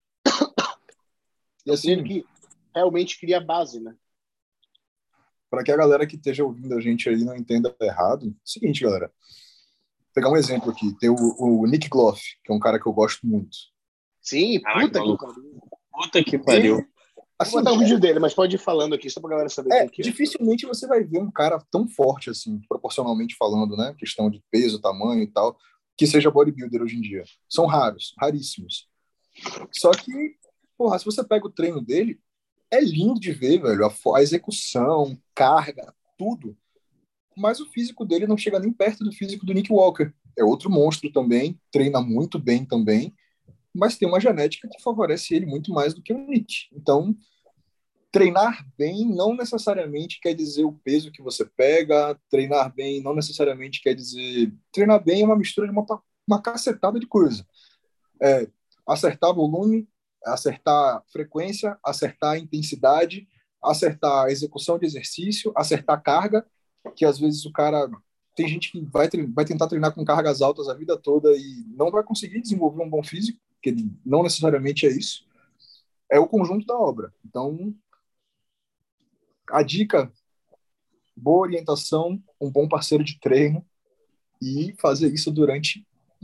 S3: E assim,
S1: treino que realmente cria base, né?
S3: Para que a galera que esteja ouvindo a gente aí não entenda errado, seguinte, galera. Vou pegar um exemplo aqui. Tem o Nick Gloff, que é um cara que eu gosto muito.
S1: Sim, puta que pariu.
S2: Puta que pariu.
S1: Assim, vou botar o vídeo dele, mas pode ir falando aqui, só pra galera saber quem que é.
S3: Dificilmente você vai ver um cara tão forte, assim, proporcionalmente falando, né? Questão de peso, tamanho e tal, que seja bodybuilder hoje em dia. São raros, raríssimos. Só que, porra, se você pega o treino dele, é lindo de ver, velho. A execução, carga, tudo. Mas o físico dele não chega nem perto do físico do Nick Walker. É outro monstro também, treina muito bem também, mas tem uma genética que favorece ele muito mais do que o Nick. Então, treinar bem não necessariamente quer dizer o peso que você pega, treinar bem não necessariamente quer dizer... Treinar bem é uma mistura de uma cacetada de coisa. Acertar volume, acertar frequência, acertar intensidade, acertar a execução de exercício, acertar carga, que às vezes o cara... Tem gente que vai tentar treinar com cargas altas a vida toda e não vai conseguir desenvolver um bom físico, que não necessariamente é isso. É o conjunto da obra. Então, A dica, boa orientação, um bom parceiro de treino e fazer isso durante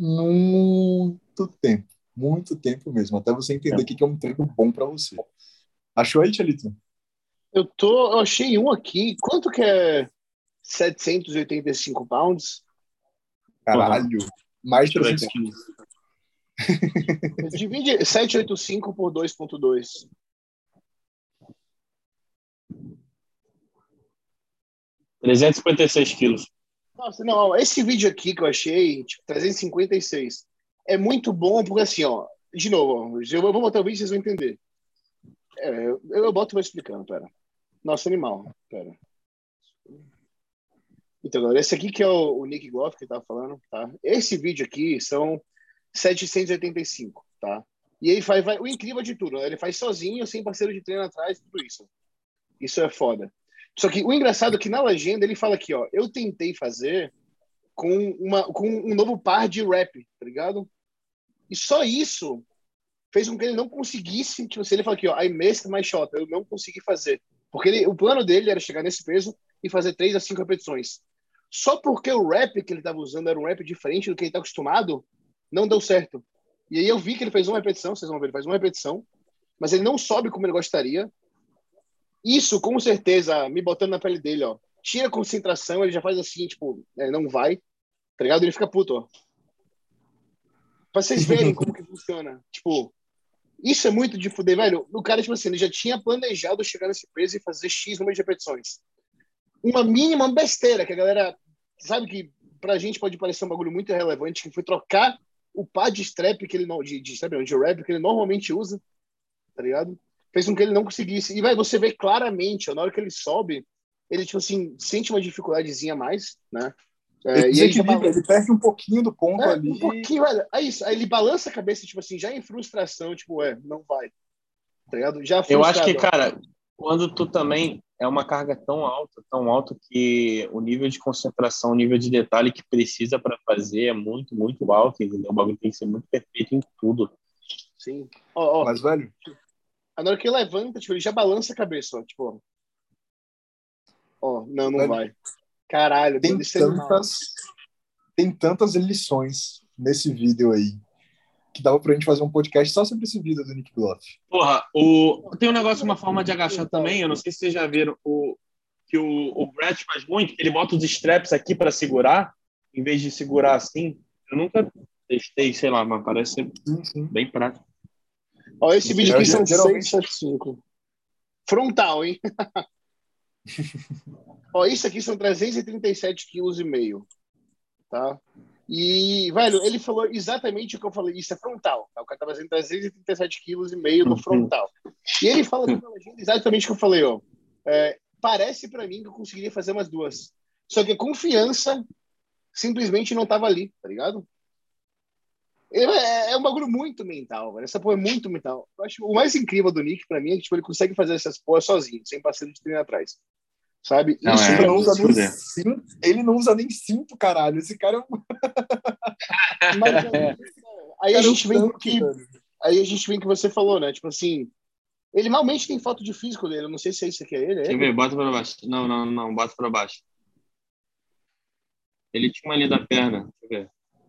S3: muito tempo mesmo, até você entender o que é um treino bom para você. Achou aí, Tchalito?
S1: Eu achei um aqui. Quanto que é 785 pounds?
S3: Caralho, mais de 300 quilos.
S1: Divide 785 por 2.2.
S2: $356.
S1: Nossa, não, esse vídeo aqui que eu achei, tipo, 356, é muito bom porque assim, ó, de novo, ó, eu vou botar o vídeo e vocês vão entender. Eu boto e vou explicando, pera. Nossa, animal, pera. Então, galera, esse aqui que é o Nick Goff que tava falando, tá? Esse vídeo aqui são 785, tá? E aí o incrível de tudo, né? Ele faz sozinho, sem parceiro de treino atrás, tudo isso. Isso é foda. Só que o engraçado é que na legenda ele fala aqui, ó, eu tentei fazer com um novo par de rap, tá ligado? E só isso fez com que ele não conseguisse, tipo assim, ele fala aqui, ó, I missed my shot, eu não consegui fazer. Porque o plano dele era chegar nesse peso e fazer 3 a 5 repetições. Só porque o rap que ele estava usando era um rap diferente do que ele está acostumado, não deu certo. E aí eu vi que ele fez uma repetição, vocês vão ver, ele faz uma repetição, mas ele não sobe como ele gostaria. Isso, com certeza, me botando na pele dele, ó, tira a concentração, ele já faz assim, tipo, não vai, tá ligado? Ele fica puto, ó. Pra vocês verem como que funciona. Tipo, isso é muito de fuder, velho. O cara, tipo assim, ele já tinha planejado chegar nesse peso e fazer X número de repetições. Uma mínima besteira que a galera sabe que pra gente pode parecer um bagulho muito irrelevante, que foi trocar o par de strap que ele não, de strap, não, de rap que ele normalmente usa, tá ligado? Fez com que ele não conseguisse. E vai, você vê claramente, ó, na hora que ele sobe, ele, tipo assim, sente uma dificuldadezinha a mais, né?
S3: Ele
S1: E aí já
S3: desequilibra, ele perde um pouquinho do ponto ali.
S1: um pouquinho, velho. É isso. Aí ele balança a cabeça, tipo assim, já em frustração, tipo, não vai. Tá ligado? Já
S2: Eu acho que,
S1: frustrado.
S2: cara, quando tu também é uma carga tão alta que o nível de concentração, o nível de detalhe que precisa para fazer é muito, muito alto, entendeu? O bagulho tem que ser muito perfeito em tudo.
S1: Sim. Ó,
S3: Mas, velho,
S1: na hora que ele levanta, tipo, ele já balança a cabeça, ó, tipo, ó, não
S3: velho,
S1: vai. Caralho,
S3: tem
S1: isso é animal.
S3: tem tantas lições nesse vídeo aí que dava pra gente fazer um podcast só sobre esse vídeo do Nick Goff.
S2: Porra, tem um negócio, uma forma de agachar também, eu não sei se vocês já viram, que o Brett faz muito, ele bota os straps aqui para segurar, em vez de segurar assim. Eu nunca testei, sei lá, mas parece ser
S3: Sim.
S2: bem prático.
S1: Ó, esse vídeo aqui são
S3: geralmente...
S1: 675. Frontal, hein? Ó, isso aqui são 337,5 kg, tá? E, velho, ele falou exatamente o que eu falei. Isso é frontal. Tá? O cara tá fazendo 337,5 kg no frontal. E ele fala exatamente o que eu falei, ó. Parece pra mim que eu conseguiria fazer umas duas. Só que a confiança simplesmente não tava ali, tá ligado? É um bagulho muito mental, velho. Essa porra é muito mental. Eu acho o mais incrível do Nick, pra mim, é que tipo, ele consegue fazer essas porras sozinho, sem parceiro de treino atrás. Sabe?
S2: Não,
S1: Isso
S3: Ele
S1: pra
S3: não,
S1: mim.
S3: usa nem cinto, ele não usa nem cinto, caralho. Esse cara é um.
S1: Mas aí a gente vem
S3: tanque,
S1: que.
S3: velho.
S1: Aí a gente vem que você falou, né? Tipo assim, ele realmente tem foto de físico dele. Eu não sei se isso aqui é ele.
S2: Deixa eu ver, bota pra baixo. Não, bota pra baixo. Ele tinha uma linha da perna. Deixa eu ver.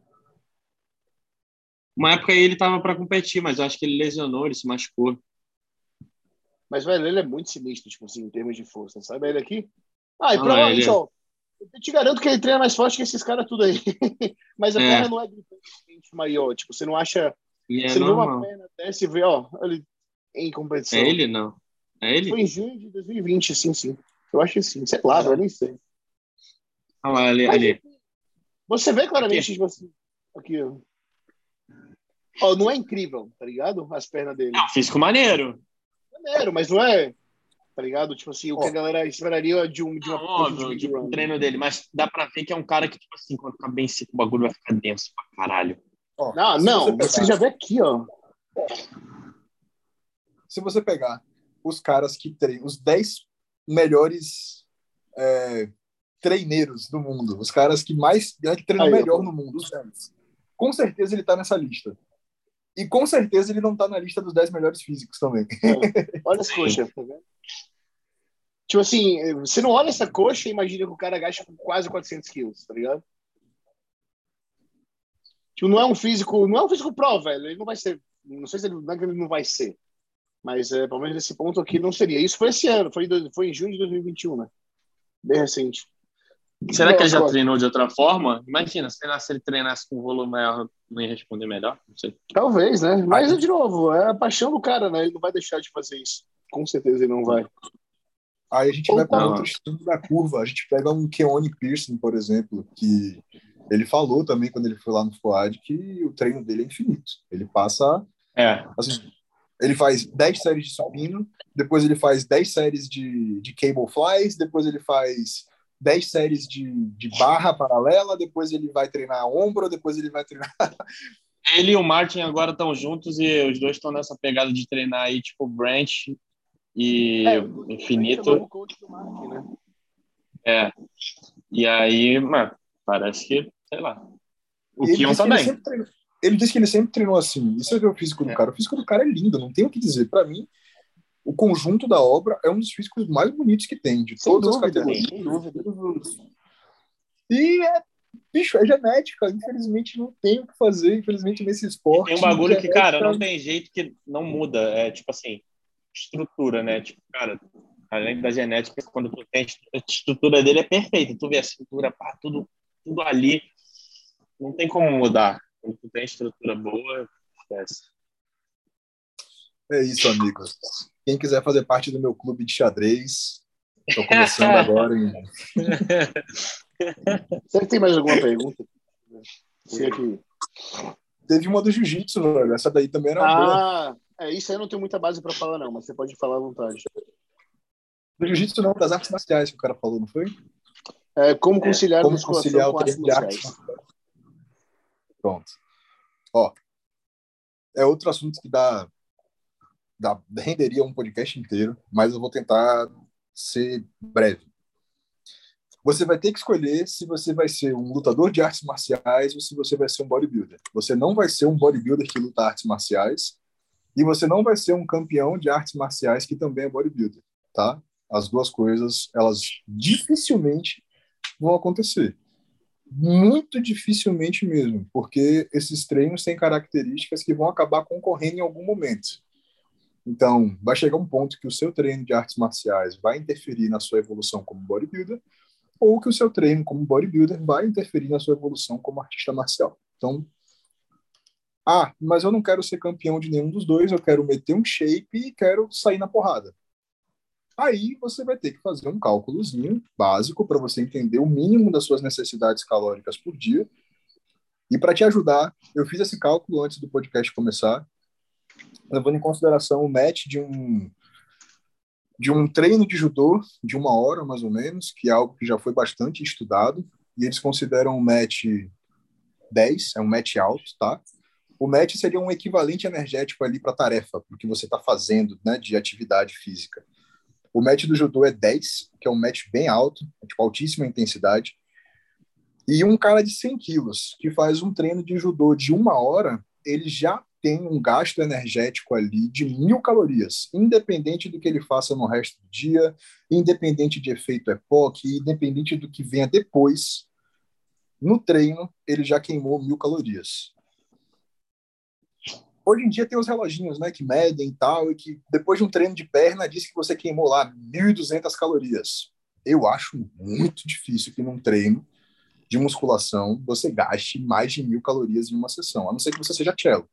S2: Uma época ele tava pra competir, mas eu acho que ele lesionou, ele se machucou.
S1: Mas, velho, ele é muito sinistro, tipo assim, em termos de força, sabe? Ele aqui. E
S2: Não,
S1: provavelmente,
S2: ele
S1: ó, eu te garanto que ele treina mais forte que esses caras tudo aí. Mas a perna não é gritantemente maior. Tipo, você não acha.
S2: ele é
S1: Você não vê uma
S2: normal.
S1: perna dessa e vê, ó, ele em competição.
S2: É ele, não? É ele?
S1: Foi em junho de 2020, sim. Eu acho que sim. Sei lá, eu nem sei.
S2: Olha lá, ali.
S1: Mas,
S2: Ali.
S1: você vê claramente,
S2: Aqui.
S1: tipo assim, aqui, ó, não é incrível, tá ligado? As pernas dele.
S2: É um físico maneiro.
S1: Maneiro, mas não é, tá ligado? Tipo assim, o que a galera esperaria de uma prova de
S2: Óbvio, de
S1: speedrun.
S2: treino dele, mas dá pra ver que é um cara que, tipo assim, quando ficar bem seco, o bagulho vai ficar denso pra caralho.
S1: Não, você já vê aqui, ó.
S3: Se você pegar os caras que treinam, os 10 melhores treineiros do mundo, os caras que treinam melhor no mundo, os 10, com certeza ele tá nessa lista. E com certeza ele não tá na lista dos 10 melhores físicos também.
S1: Olha as coxas, tá vendo? Tipo assim, você não olha essa coxa e imagina que o cara agacha com quase 400 quilos, tá ligado? Tipo, não é um físico pro, velho. Ele não vai ser, não sei se ele, não é que ele não vai ser, mas pelo menos nesse ponto aqui não seria. Isso foi esse ano, foi em junho de 2021, né? Bem recente.
S2: Será que ele já treinou de outra forma? Imagina, se ele treinasse com volume maior, não ia responder melhor? Não sei.
S1: Talvez, né? Mas, de novo, é a paixão do cara, né? Ele não vai deixar de fazer isso. Com certeza ele não vai.
S3: Aí a gente vai para outro extremo da curva. A gente pega um Keone Pearson, por exemplo, que ele falou também quando ele foi lá no FOAD que o treino dele é infinito. Ele passa... Assim, ele faz 10 séries de supino, depois ele faz 10 séries de cable flies, depois ele faz 10 séries de barra paralela, depois ele vai treinar ombro, depois ele vai treinar...
S2: Ele e o Martin agora estão juntos e os dois estão nessa pegada de treinar aí, tipo, branch e infinito.
S1: O coach do Martin, né?
S2: E aí, mano, parece que, sei lá. O Kion também.
S3: Ele disse que ele sempre treinou assim. Isso é o físico do cara. O físico do cara é lindo, não tem o que dizer. Para mim, o conjunto da obra é um dos físicos mais bonitos que tem, de todas as categorias.
S1: Sem dúvida.
S3: E bicho, é genética. Infelizmente não tem o que fazer, infelizmente, nesse esporte.
S2: Tem um bagulho que, cara, não tem jeito que não muda. É tipo assim, estrutura, né? Tipo, cara, além da genética, quando tu tem a estrutura dele é perfeita. Tu vê a cintura, pá, tudo ali. Não tem como mudar. Quando tu tem estrutura boa, esquece.
S3: É isso, amigos. Quem quiser fazer parte do meu clube de xadrez, estou começando agora em...
S1: Será que tem mais alguma pergunta? Sim, aqui.
S3: Teve uma do jiu-jitsu, velho. Essa daí também era boa.
S1: Isso aí eu não tenho muita base para falar, não, mas você pode falar à vontade.
S3: Do jiu-jitsu não, das artes marciais que o cara falou, não foi?
S1: Como conciliar
S3: como conciliar o treino de artes marciais. Pronto. Ó, é outro assunto que renderia um podcast inteiro, mas eu vou tentar ser breve. Você vai ter que escolher se você vai ser um lutador de artes marciais ou se você vai ser um bodybuilder. Você não vai ser um bodybuilder que luta artes marciais e você não vai ser um campeão de artes marciais que também é bodybuilder, tá? As duas coisas, elas dificilmente vão acontecer. Muito dificilmente mesmo, porque esses treinos têm características que vão acabar concorrendo em algum momento. Então, vai chegar um ponto que o seu treino de artes marciais vai interferir na sua evolução como bodybuilder, ou que o seu treino como bodybuilder vai interferir na sua evolução como artista marcial. Então, mas eu não quero ser campeão de nenhum dos dois, eu quero meter um shape e quero sair na porrada. Aí você vai ter que fazer um cálculozinho básico para você entender o mínimo das suas necessidades calóricas por dia. E para te ajudar, eu fiz esse cálculo antes do podcast começar, levando em consideração o match de um treino de judô de 1 hora, mais ou menos, que é algo que já foi bastante estudado, e eles consideram o match 10, é um match alto, tá? O match seria um equivalente energético ali para a tarefa, para o que você está fazendo, né, de atividade física. O match do judô é 10, que é um match bem alto, tipo altíssima intensidade, e um cara de 100 quilos, que faz um treino de judô de 1 hora, ele já tem um gasto energético ali de 1.000 calorias, independente do que ele faça no resto do dia, independente de efeito EPOC, independente do que venha depois, no treino, ele já queimou 1.000 calorias. Hoje em dia tem os reloginhos, né, que medem e tal, e que depois de um treino de perna diz que você queimou lá 1.200 calorias. Eu acho muito difícil que num treino de musculação você gaste mais de 1.000 calorias em uma sessão, a não ser que você seja cello.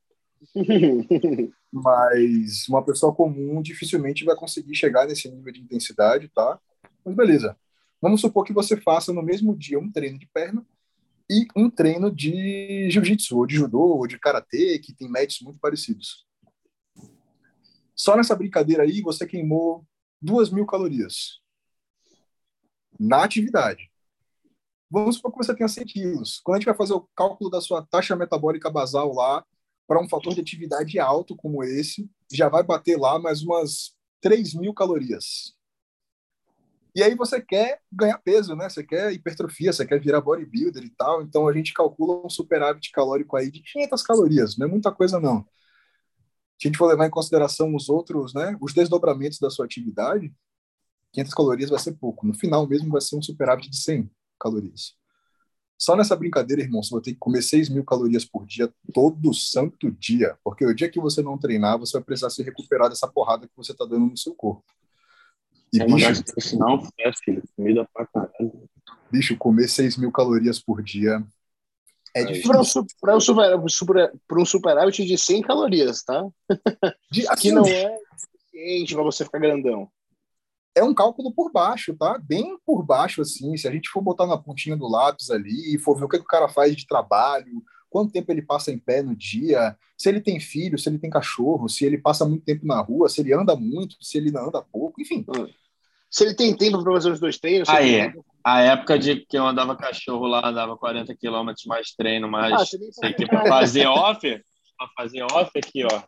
S3: Mas uma pessoa comum dificilmente vai conseguir chegar nesse nível de intensidade, tá? Mas beleza. Vamos supor que você faça no mesmo dia um treino de perna e um treino de jiu-jitsu, ou de judô, ou de karatê, que tem matches muito parecidos. Só nessa brincadeira aí, você queimou 2.000 calorias na atividade. Vamos supor que você tenha 100 quilos. Quando a gente vai fazer o cálculo da sua taxa metabólica basal lá, para um fator de atividade alto como esse, já vai bater lá mais umas 3.000 calorias. E aí você quer ganhar peso, né? Você quer hipertrofia, você quer virar bodybuilder e tal. Então a gente calcula um superávit calórico aí de 500 calorias. Não é muita coisa, não. Se a gente for levar em consideração os outros, né? Os desdobramentos da sua atividade, 500 calorias vai ser pouco. No final mesmo vai ser um superávit de 100 calorias. Só nessa brincadeira, irmão, você vai ter que comer 6.000 calorias por dia, todo santo dia. Porque o dia que você não treinar, você vai precisar se recuperar dessa porrada que você tá dando no seu corpo. E,
S2: Sem mandar isso não, filho. Comida pra caralho.
S3: bicho, comer 6.000 calorias por dia é difícil.
S1: Para um superávit de 100 calorias, tá?
S3: Assim,
S1: que não é suficiente para você ficar grandão.
S3: É um cálculo por baixo, tá? Bem por baixo, assim. Se a gente for botar na pontinha do lápis ali e for ver o que o cara faz de trabalho, quanto tempo ele passa em pé no dia, se ele tem filho, se ele tem cachorro, se ele passa muito tempo na rua, se ele anda muito, se ele não anda pouco, enfim.
S1: Se ele tem tempo para fazer os 2 treinos...
S2: A época de que eu andava cachorro lá, andava 40 quilômetros, mais treino, mais para fazer off, aqui, ó.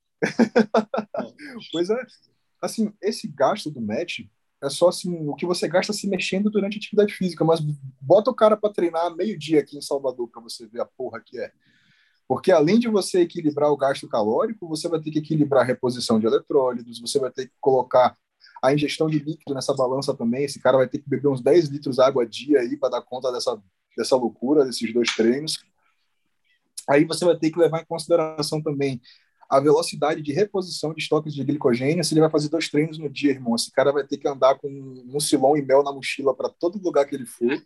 S3: Pois é. Assim, esse gasto do match é só assim, o que você gasta se mexendo durante a atividade física, mas bota o cara para treinar meio-dia aqui em Salvador para você ver a porra que é. Porque além de você equilibrar o gasto calórico, você vai ter que equilibrar a reposição de eletrólitos, você vai ter que colocar a ingestão de líquido nessa balança também. Esse cara vai ter que beber uns 10 litros de água a dia aí para dar conta dessa loucura, desses 2 treinos. Aí você vai ter que levar em consideração também a velocidade de reposição de estoques de glicogênio. Se ele vai fazer 2 treinos no dia, irmão, esse cara vai ter que andar com mucilon e mel na mochila para todo lugar que ele for.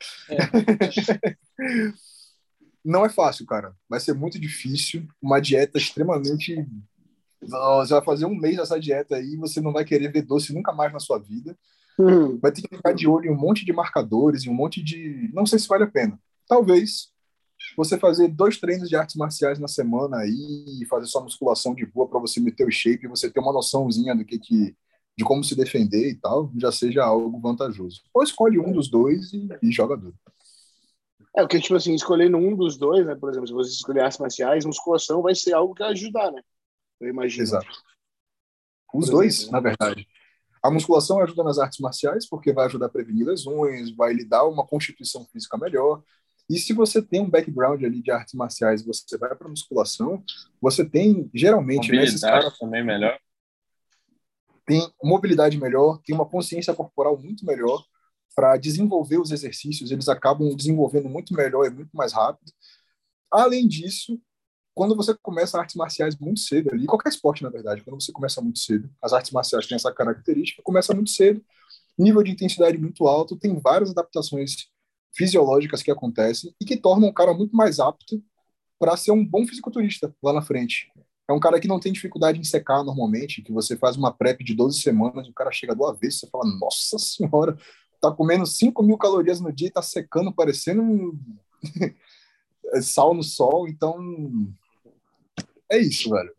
S3: Não é fácil, cara. Vai ser muito difícil. Uma dieta extremamente... Você vai fazer um mês essa dieta aí e você não vai querer ver doce nunca mais na sua vida. Vai ter que ficar de olho em um monte de marcadores, em um monte de... Não sei se vale a pena. Talvez você fazer 2 treinos de artes marciais na semana aí e fazer sua musculação de boa para você meter o shape e você ter uma noçãozinha de como se defender e tal, já seja algo vantajoso. Ou escolhe um dos 2 e joga duro.
S1: Porque, tipo assim, escolhendo um dos 2, né? Por exemplo, se você escolher artes marciais, musculação vai ser algo que vai ajudar, né? Eu imagino.
S3: Exato. Os 2, na verdade. A musculação ajuda nas artes marciais porque vai ajudar a prevenir lesões, vai lhe dar uma constituição física melhor. E se você tem um background ali de artes marciais, você vai para musculação, você tem, geralmente, nesses caras
S2: também melhor.
S3: Tem mobilidade melhor, tem uma consciência corporal muito melhor para desenvolver os exercícios, eles acabam desenvolvendo muito melhor e muito mais rápido. Além disso, quando você começa artes marciais muito cedo ali, qualquer esporte, na verdade, quando você começa muito cedo, as artes marciais têm essa característica, começa muito cedo, nível de intensidade muito alto, tem várias adaptações fisiológicas que acontecem e que tornam o cara muito mais apto para ser um bom fisiculturista lá na frente. É um cara que não tem dificuldade em secar normalmente, que você faz uma prep de 12 semanas e o cara chega do avesso, você fala, nossa senhora, tá comendo 5.000 calorias no dia e tá secando, parecendo sal no sol, então é isso, velho.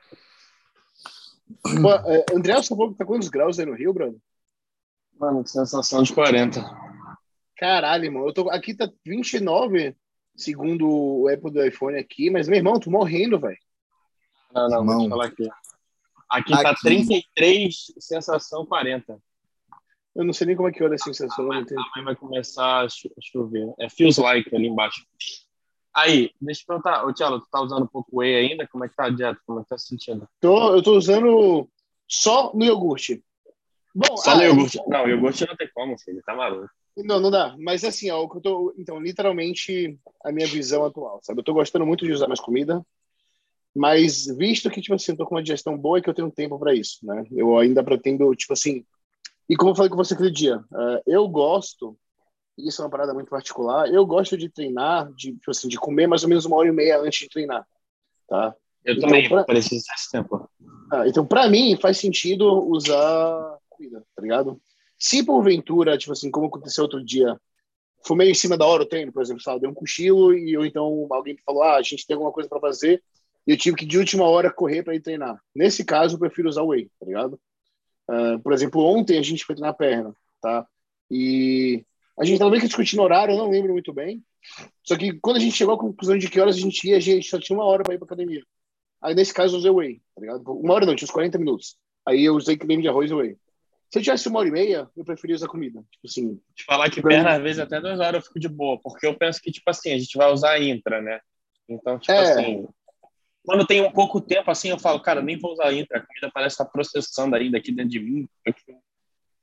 S1: André, você falou que tá quantos graus aí no Rio, Bruno?
S2: Mano, sensação de 40.
S1: Caralho, irmão. Aqui tá 29, segundo o app do iPhone aqui, mas, meu irmão, tô morrendo, velho.
S2: Não, vou te falar aqui. Aqui tá 33, sensação 40.
S1: Eu não sei nem como é que olha a sensação.
S2: Vai começar a chover. É feels like ali embaixo. Aí, deixa eu perguntar. Ô, Thiago, tu tá usando um pouco whey ainda? Como é que tá a dieta? Como é que tá se sentindo?
S1: Eu tô usando só no iogurte.
S2: Bom, só no iogurte? Não, iogurte não tem como, filho. Tá maluco.
S1: Não dá. Mas assim, ó, então, literalmente, a minha visão atual, sabe? Eu tô gostando muito de usar mais comida, mas visto que, tipo assim, eu tô com uma digestão boa e que eu tenho tempo para isso, né? Eu ainda pretendo, tipo assim... E como eu falei com você aquele dia, eu gosto, e isso é uma parada muito particular, eu gosto de treinar, tipo assim, de comer mais ou menos 1h30 antes de treinar, tá?
S2: Eu então, também preciso desse tempo.
S1: Então, para mim, faz sentido usar comida, tá ligado? Se porventura, tipo assim, como aconteceu outro dia, foi meio em cima da hora o treino, por exemplo, sabe? Deu um cochilo ou então alguém falou, a gente tem alguma coisa para fazer, e eu tive que de última hora correr para ir treinar. Nesse caso, eu prefiro usar whey, tá ligado? Por exemplo, ontem a gente foi treinar a perna, tá? E a gente estava meio que discutindo horário, eu não lembro muito bem. Só que quando a gente chegou à conclusão de que horas a gente ia, a gente só tinha 1 hora para ir para academia. Aí, nesse caso, eu usei whey, tá ligado? 1 hora não, tinha uns 40 minutos. Aí eu usei creme de arroz e whey. Se eu tivesse 1h30, eu preferia usar comida. Tipo assim...
S2: Te falar que perna, às vezes, até 2 horas eu fico de boa, porque eu penso que, tipo assim, a gente vai usar intra, né? Então, tipo assim... Quando tem um pouco tempo, assim, eu falo, cara, nem vou usar intra, a comida parece estar processando ainda aqui dentro de mim.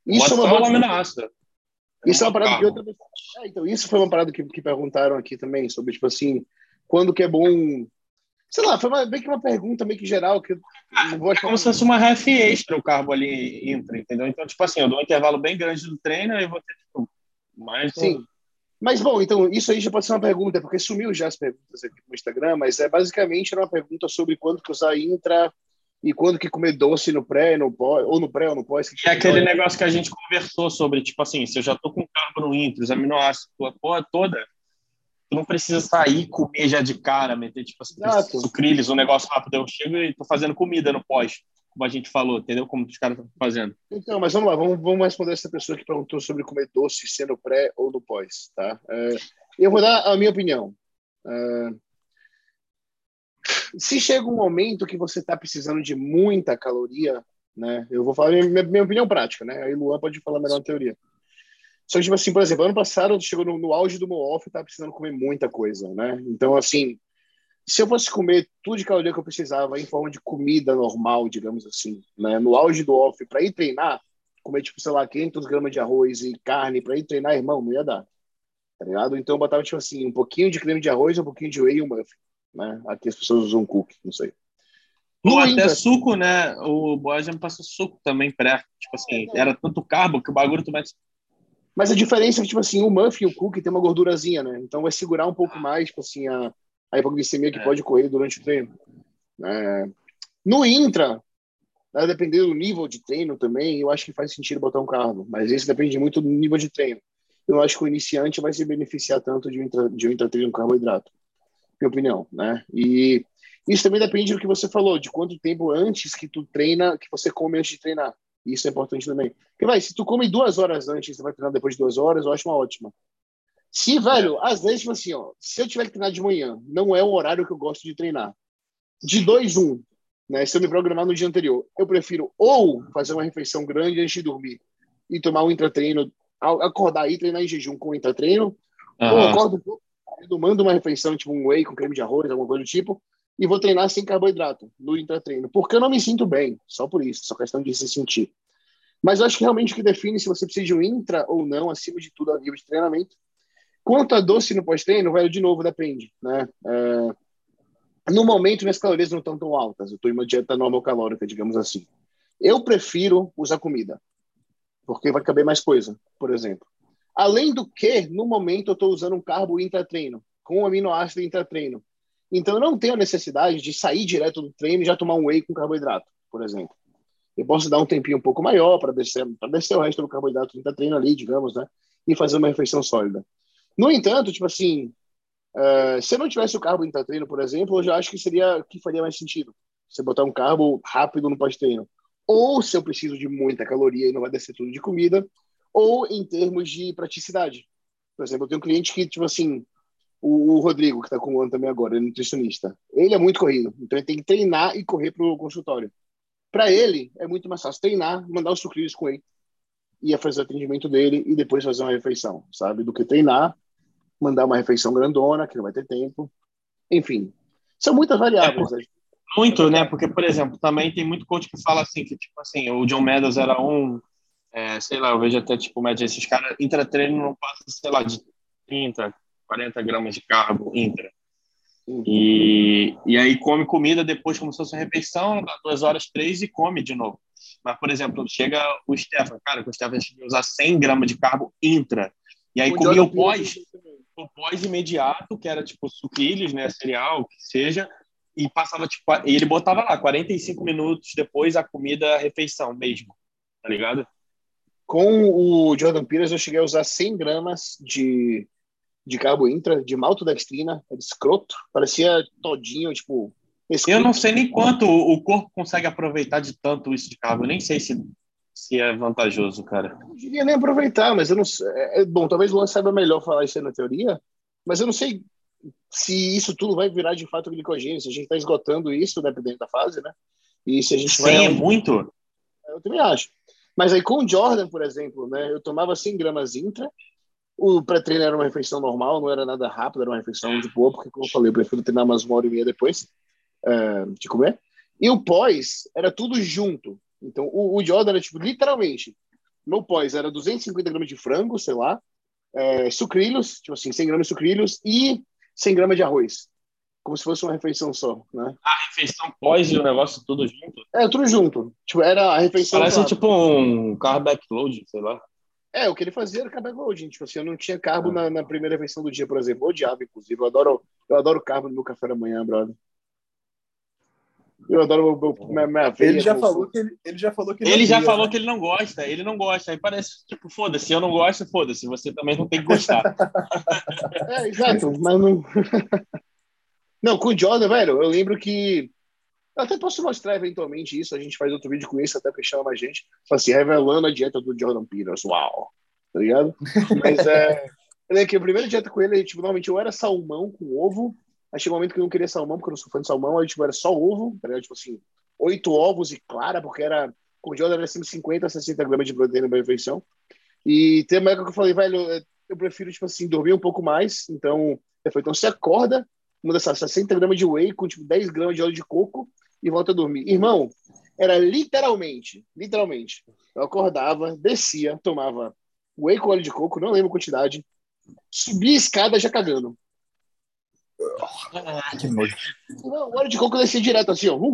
S1: Isso é uma
S2: só o
S1: boa...
S2: aminoácido.
S1: Isso é uma parada que outra pessoa... então, isso foi uma parada que perguntaram aqui também, sobre, tipo assim, quando que é bom... Sei lá, foi meio que uma pergunta meio que geral, que eu não vou
S2: É como se fosse uma ref extra o carbo ali intra, entendeu? Então, tipo assim, eu dou um intervalo bem grande do treino e vou ter, tipo, mais...
S1: Sim. Mas, bom, então, isso aí já pode ser uma pergunta, porque sumiu já as perguntas aqui no Instagram, mas basicamente era uma pergunta sobre quando que usar intra e quando que comer doce no pré, no pós, ou no pré ou no pós.
S2: E aquele negócio que a gente conversou sobre, tipo assim, se eu já tô com carbo no intra, os aminoácidos, a porra toda, tu não precisa sair e comer já de cara, meter, tipo assim, sucrilhos, um negócio rápido. Eu chego e tô fazendo comida no pós, como a gente falou, entendeu? Como os caras estão fazendo.
S1: Então, mas vamos lá, vamos responder essa pessoa que perguntou sobre comer doce se no pré ou no pós, tá? Eu vou dar a minha opinião. Se chega um momento que você está precisando de muita caloria, né? Eu vou falar minha opinião prática, né? Aí o Luan pode falar melhor na teoria. Só que, tipo assim, por exemplo, ano passado chegou no auge do meu off e estava precisando comer muita coisa, né? Então, assim, se eu fosse comer tudo de caloria que eu precisava em forma de comida normal, digamos assim, né? No auge do off, para ir treinar, comer, tipo, sei lá, 500 gramas de arroz e carne para ir treinar, irmão, não ia dar, tá ligado? Então eu botava, tipo assim, um pouquinho de creme de arroz, um pouquinho de whey e um muffin, né? Aqui as pessoas usam cookie, não sei.
S2: Ou até suco, né? O Boaz já me passou suco também pré. Tipo assim, era tanto carbo que o bagulho tu mete.
S1: Mas a diferença é que, tipo assim, o muffin e o cookie tem uma gordurazinha, né? Então vai segurar um pouco mais, tipo assim, a hipoglicemia que pode ocorrer durante o treino. No intra, dependendo do nível de treino também, eu acho que faz sentido botar um carbo. Mas isso depende muito do nível de treino. Eu acho que o iniciante vai se beneficiar tanto de um intratreino com carboidrato. Minha opinião, né? E isso também depende do que você falou, de quanto tempo antes que tu treina, que você come antes de treinar. Isso é importante também. Porque, se tu come 2 horas antes, você vai treinar depois de 2 horas, eu acho uma ótima. Se, velho, às vezes, tipo assim, ó, se eu tiver que treinar de manhã, não é o horário que eu gosto de treinar. De 2-1, né? Se eu me programar no dia anterior, eu prefiro ou fazer uma refeição grande antes de dormir e tomar um intratreino, acordar e treinar em jejum com o intratreino, ou acordo um pouco, eu mando uma refeição, tipo um whey com creme de arroz, alguma coisa do tipo, e vou treinar sem carboidrato no intratreino, porque eu não me sinto bem, só por isso, só questão de se sentir. Mas eu acho que realmente o que define se você precisa de um intra ou não, acima de tudo, a nível de treinamento. Quanto a doce no pós-treino, velho, de novo, depende, né? No momento, minhas calorias não estão tão altas, eu estou em uma dieta normal calórica, digamos assim. Eu prefiro usar comida, porque vai caber mais coisa, por exemplo. Além do que, no momento, eu estou usando um carbo intratreino, com aminoácido intratreino. Então, eu não tenho a necessidade de sair direto do treino e já tomar um whey com carboidrato, por exemplo. Eu posso dar um tempinho um pouco maior para descer o resto do carboidrato do intratreino ali, digamos, né? E fazer uma refeição sólida. No entanto, tipo assim, se eu não tivesse o carbo intratreino, por exemplo, eu já acho que faria mais sentido. Você botar um carbo rápido no pós-treino. Ou se eu preciso de muita caloria e não vai descer tudo de comida, ou em termos de praticidade. Por exemplo, eu tenho um cliente que, tipo assim, o Rodrigo, que está com o ano também agora, ele é nutricionista. Ele é muito corrido, então ele tem que treinar e correr para o consultório. Para ele, é muito mais fácil treinar, mandar os sucrilhos com ele, ia fazer o atendimento dele e depois fazer uma refeição, sabe? Do que treinar, mandar uma refeição grandona, que não vai ter tempo. Enfim, são muitas variáveis.
S2: Muito, né? Porque, por exemplo, também tem muito coach que fala assim, que tipo assim, o John Meadows era sei lá, eu vejo até tipo, média, esses caras, intratreino não passa, sei lá, de 30, 40 gramas de carbo intra. E aí come comida depois, como se fosse uma refeição, dá 2 horas, 3 e come de novo. Mas, por exemplo, chega o Stefan, cara, que o Stefan chega a usar 100 gramas de carbo intra. E aí comia o pós imediato, que era tipo sucrilhos, né, cereal, que seja, e passava tipo, e ele botava lá 45 minutos depois a comida, a refeição mesmo, tá ligado?
S1: Com o Jordan Peters eu cheguei a usar 100 gramas de carbo intra, de maltodextrina, era escroto, parecia todinho, tipo...
S2: Eu não sei nem quanto o corpo consegue aproveitar de tanto isso de carbo, eu nem sei se é vantajoso, cara.
S1: Não diria nem aproveitar, mas eu não sei. Bom, talvez o Luan saiba melhor falar isso aí na teoria, mas eu não sei se isso tudo vai virar de fato glicogênio, se a gente está esgotando isso, né, dependendo da fase, né? E se a gente vai...
S2: é muito?
S1: Eu também acho. Mas aí com o Jordan, por exemplo, né, eu tomava 100 gramas intra, o pré-treino era uma refeição normal, não era nada rápido, era uma refeição de boa, porque, como eu falei, eu prefiro treinar umas 1h30 depois de comer. E o pós era tudo junto. Então, o Jordan era, tipo, literalmente, Meu pós era 250 gramas de frango, sei lá, sucrilhos, tipo assim, 100 gramas de sucrilhos e 100 gramas de arroz. Como se fosse uma refeição só, né?
S2: A refeição pós e o negócio tudo junto.
S1: Tudo junto. Tipo, era a refeição, sei
S2: Parece
S1: lá.
S2: tipo um carb backload, sei lá.
S1: O que ele fazia era carbo loading. Tipo assim, eu não tinha carbo
S2: Ah.
S1: na primeira refeição do dia, por exemplo. Eu odiava, inclusive. Eu adoro carbo no meu café da manhã, brother. Eu adoro minha aveia.
S3: Ele já falou que ele já falou que ele
S2: Ele já
S3: odeia,
S2: falou
S3: né?
S2: que ele não gosta. Aí parece, tipo, foda-se, eu não gosto, foda-se, você também não tem que gostar.
S1: Exato, mas não. Não, com o Jordan, velho, eu lembro que. Eu até posso mostrar eventualmente isso, a gente faz outro vídeo com isso, até porque chama mais gente. Fala assim, revelando a dieta do Jordan Peters, uau, tá ligado? Mas eu lembro que a primeira dieta com ele, tipo, normalmente eu era salmão com ovo, aí chegou um momento que eu não queria salmão, porque eu não sou fã de salmão, aí tipo, era só ovo, tá ligado? Tipo assim, 8 ovos e clara, porque era, com o Jordan era assim, 50, 60 gramas de proteína na refeição. E tem uma época que eu falei, velho, eu prefiro, tipo assim, dormir um pouco mais, então, então você acorda, muda essas 60 gramas de whey com, tipo, 10 gramas de óleo de coco, e volta a dormir. Irmão, era literalmente, eu acordava, descia, tomava whey com óleo de coco, não lembro a quantidade, subia a escada já cagando.
S3: Que nojo.
S1: O óleo de coco descia direto assim, ó.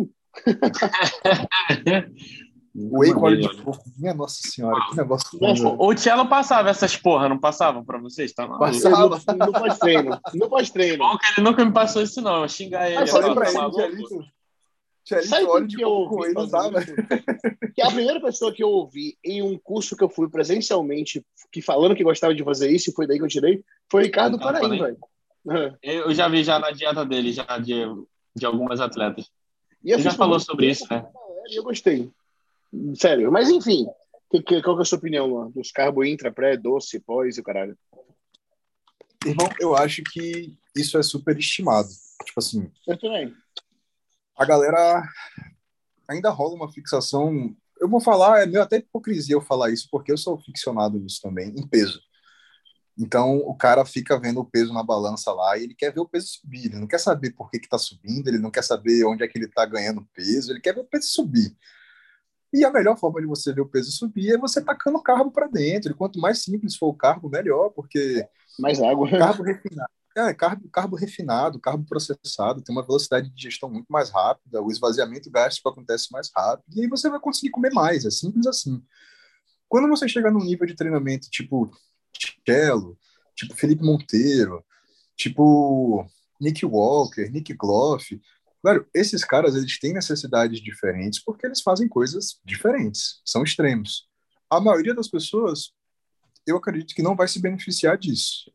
S3: Whey com óleo de coco. Minha Nossa Senhora, que negócio.
S2: O Tchelo passava essas porra, não passava pra vocês? Tá maluco?
S3: Passava.
S1: No pós-treino. No pós-treino.
S2: Bom que ele nunca me passou isso, não. Eu xingar ele.
S3: Eu falei
S2: Tá
S3: pra ele,
S2: maluco?
S1: Sabe
S3: óleo
S1: quem
S3: de
S1: que eu
S3: coco com
S1: ouvi
S3: whey não
S1: fazer
S3: dava.
S1: isso? Que a primeira pessoa que eu ouvi em um curso que eu fui presencialmente, que falando que gostava de fazer isso, e foi daí que eu tirei, foi o Ricardo Paraim, velho.
S2: Eu já vi já na dieta dele, já de algumas atletas.
S1: E eu
S2: Ele já
S1: fiz por
S2: falou
S1: muito
S2: sobre
S1: tempo,
S2: isso, né?
S1: e eu gostei. Sério. Mas enfim, qual que é a sua opinião, Luan? Dos carbo intra, pré, doce, pós e o caralho?
S3: Irmão, eu acho que isso é super estimado. Tipo assim,
S1: Eu também.
S3: a galera ainda rola uma fixação. Eu vou falar, é meio até hipocrisia eu falar isso, porque eu sou ficcionado nisso também, em peso. Então, o cara fica vendo o peso na balança lá e ele quer ver o peso subir. Ele não quer saber por que tá subindo, ele não quer saber onde é que ele tá ganhando peso, ele quer ver o peso subir. E a melhor forma de você ver o peso subir é você tacando carbo para dentro. E quanto mais simples for o carbo, melhor, porque
S1: Mais água.
S3: carbo refinado, carbo refinado, carbo processado, tem uma velocidade de digestão muito mais rápida, o esvaziamento gástrico acontece mais rápido, e aí você vai conseguir comer mais, é simples assim. Quando você chega num nível de treinamento tipo Cello, tipo Felipe Monteiro, tipo Nick Walker, Nick Gloff, claro, esses caras eles têm necessidades diferentes porque eles fazem coisas diferentes, são extremos. A maioria das pessoas, eu acredito que não vai se beneficiar disso.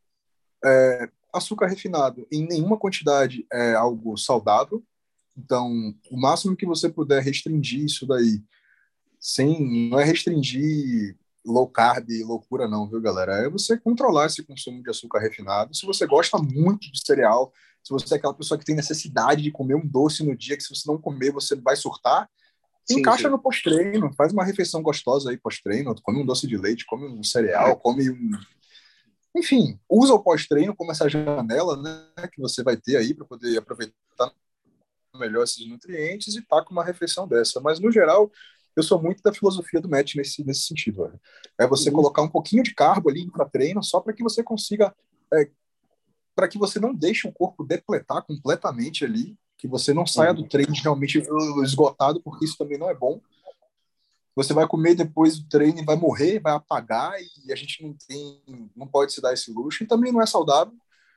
S3: Açúcar refinado em nenhuma quantidade é algo saudável, então o máximo que você puder restringir isso daí, sem, não é restringir low carb, loucura não, viu, galera? É você controlar esse consumo de açúcar refinado. Se você gosta muito de cereal, se você é aquela pessoa que tem necessidade de comer um doce no dia, que se você não comer você vai surtar, encaixa
S1: Sim.
S3: no pós-treino, faz uma refeição gostosa aí pós-treino, come um doce de leite, come um cereal, come um... Enfim, usa o pós-treino como essa janela, né, que você vai ter aí para poder aproveitar melhor esses nutrientes e tá com uma refeição dessa. Mas, no geral, eu sou muito da filosofia do Matt nesse sentido. Né? É você colocar um pouquinho de carbo ali para treino só para que você consiga... para que você não deixe o corpo depletar completamente ali, que você não saia do treino realmente esgotado, porque isso também não é bom. Você vai comer depois do treino e vai morrer, vai apagar, e a gente não pode se dar esse luxo, e também não é saudável.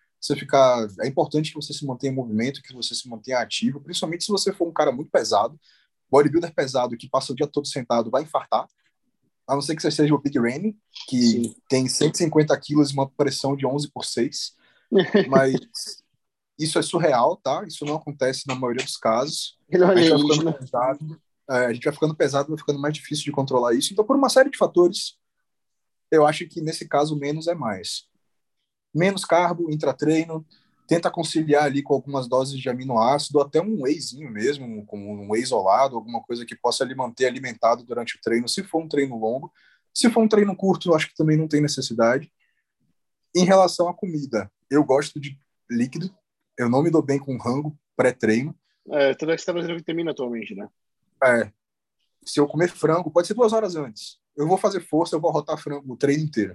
S3: É importante que você se mantenha em movimento, que você se mantenha ativo, principalmente se você for um cara muito pesado. Bodybuilder pesado que passa o dia todo sentado vai infartar, a não ser que você seja o Big Ramy, que tem 150 quilos e uma pressão de 11/6, mas isso é surreal, tá? Isso não acontece na maioria dos casos. A gente vai ficando pesado, vai ficando mais difícil de controlar isso. Então, por uma série de fatores, eu acho que nesse caso menos é mais. Menos carbo, intratreino, tenta conciliar ali com algumas doses de aminoácido, até um wheyzinho mesmo, como um whey isolado, alguma coisa que possa lhe manter alimentado durante o treino, se for um treino longo. Se for um treino curto, eu acho que também não tem necessidade. Em relação à comida, eu gosto de líquido, eu não me dou bem com rango pré-treino.
S1: Tudo é que você está fazendo vitamina atualmente, né?
S3: Se eu comer frango, pode ser 2 horas antes. eu vou fazer força, eu vou rotar frango o treino inteiro.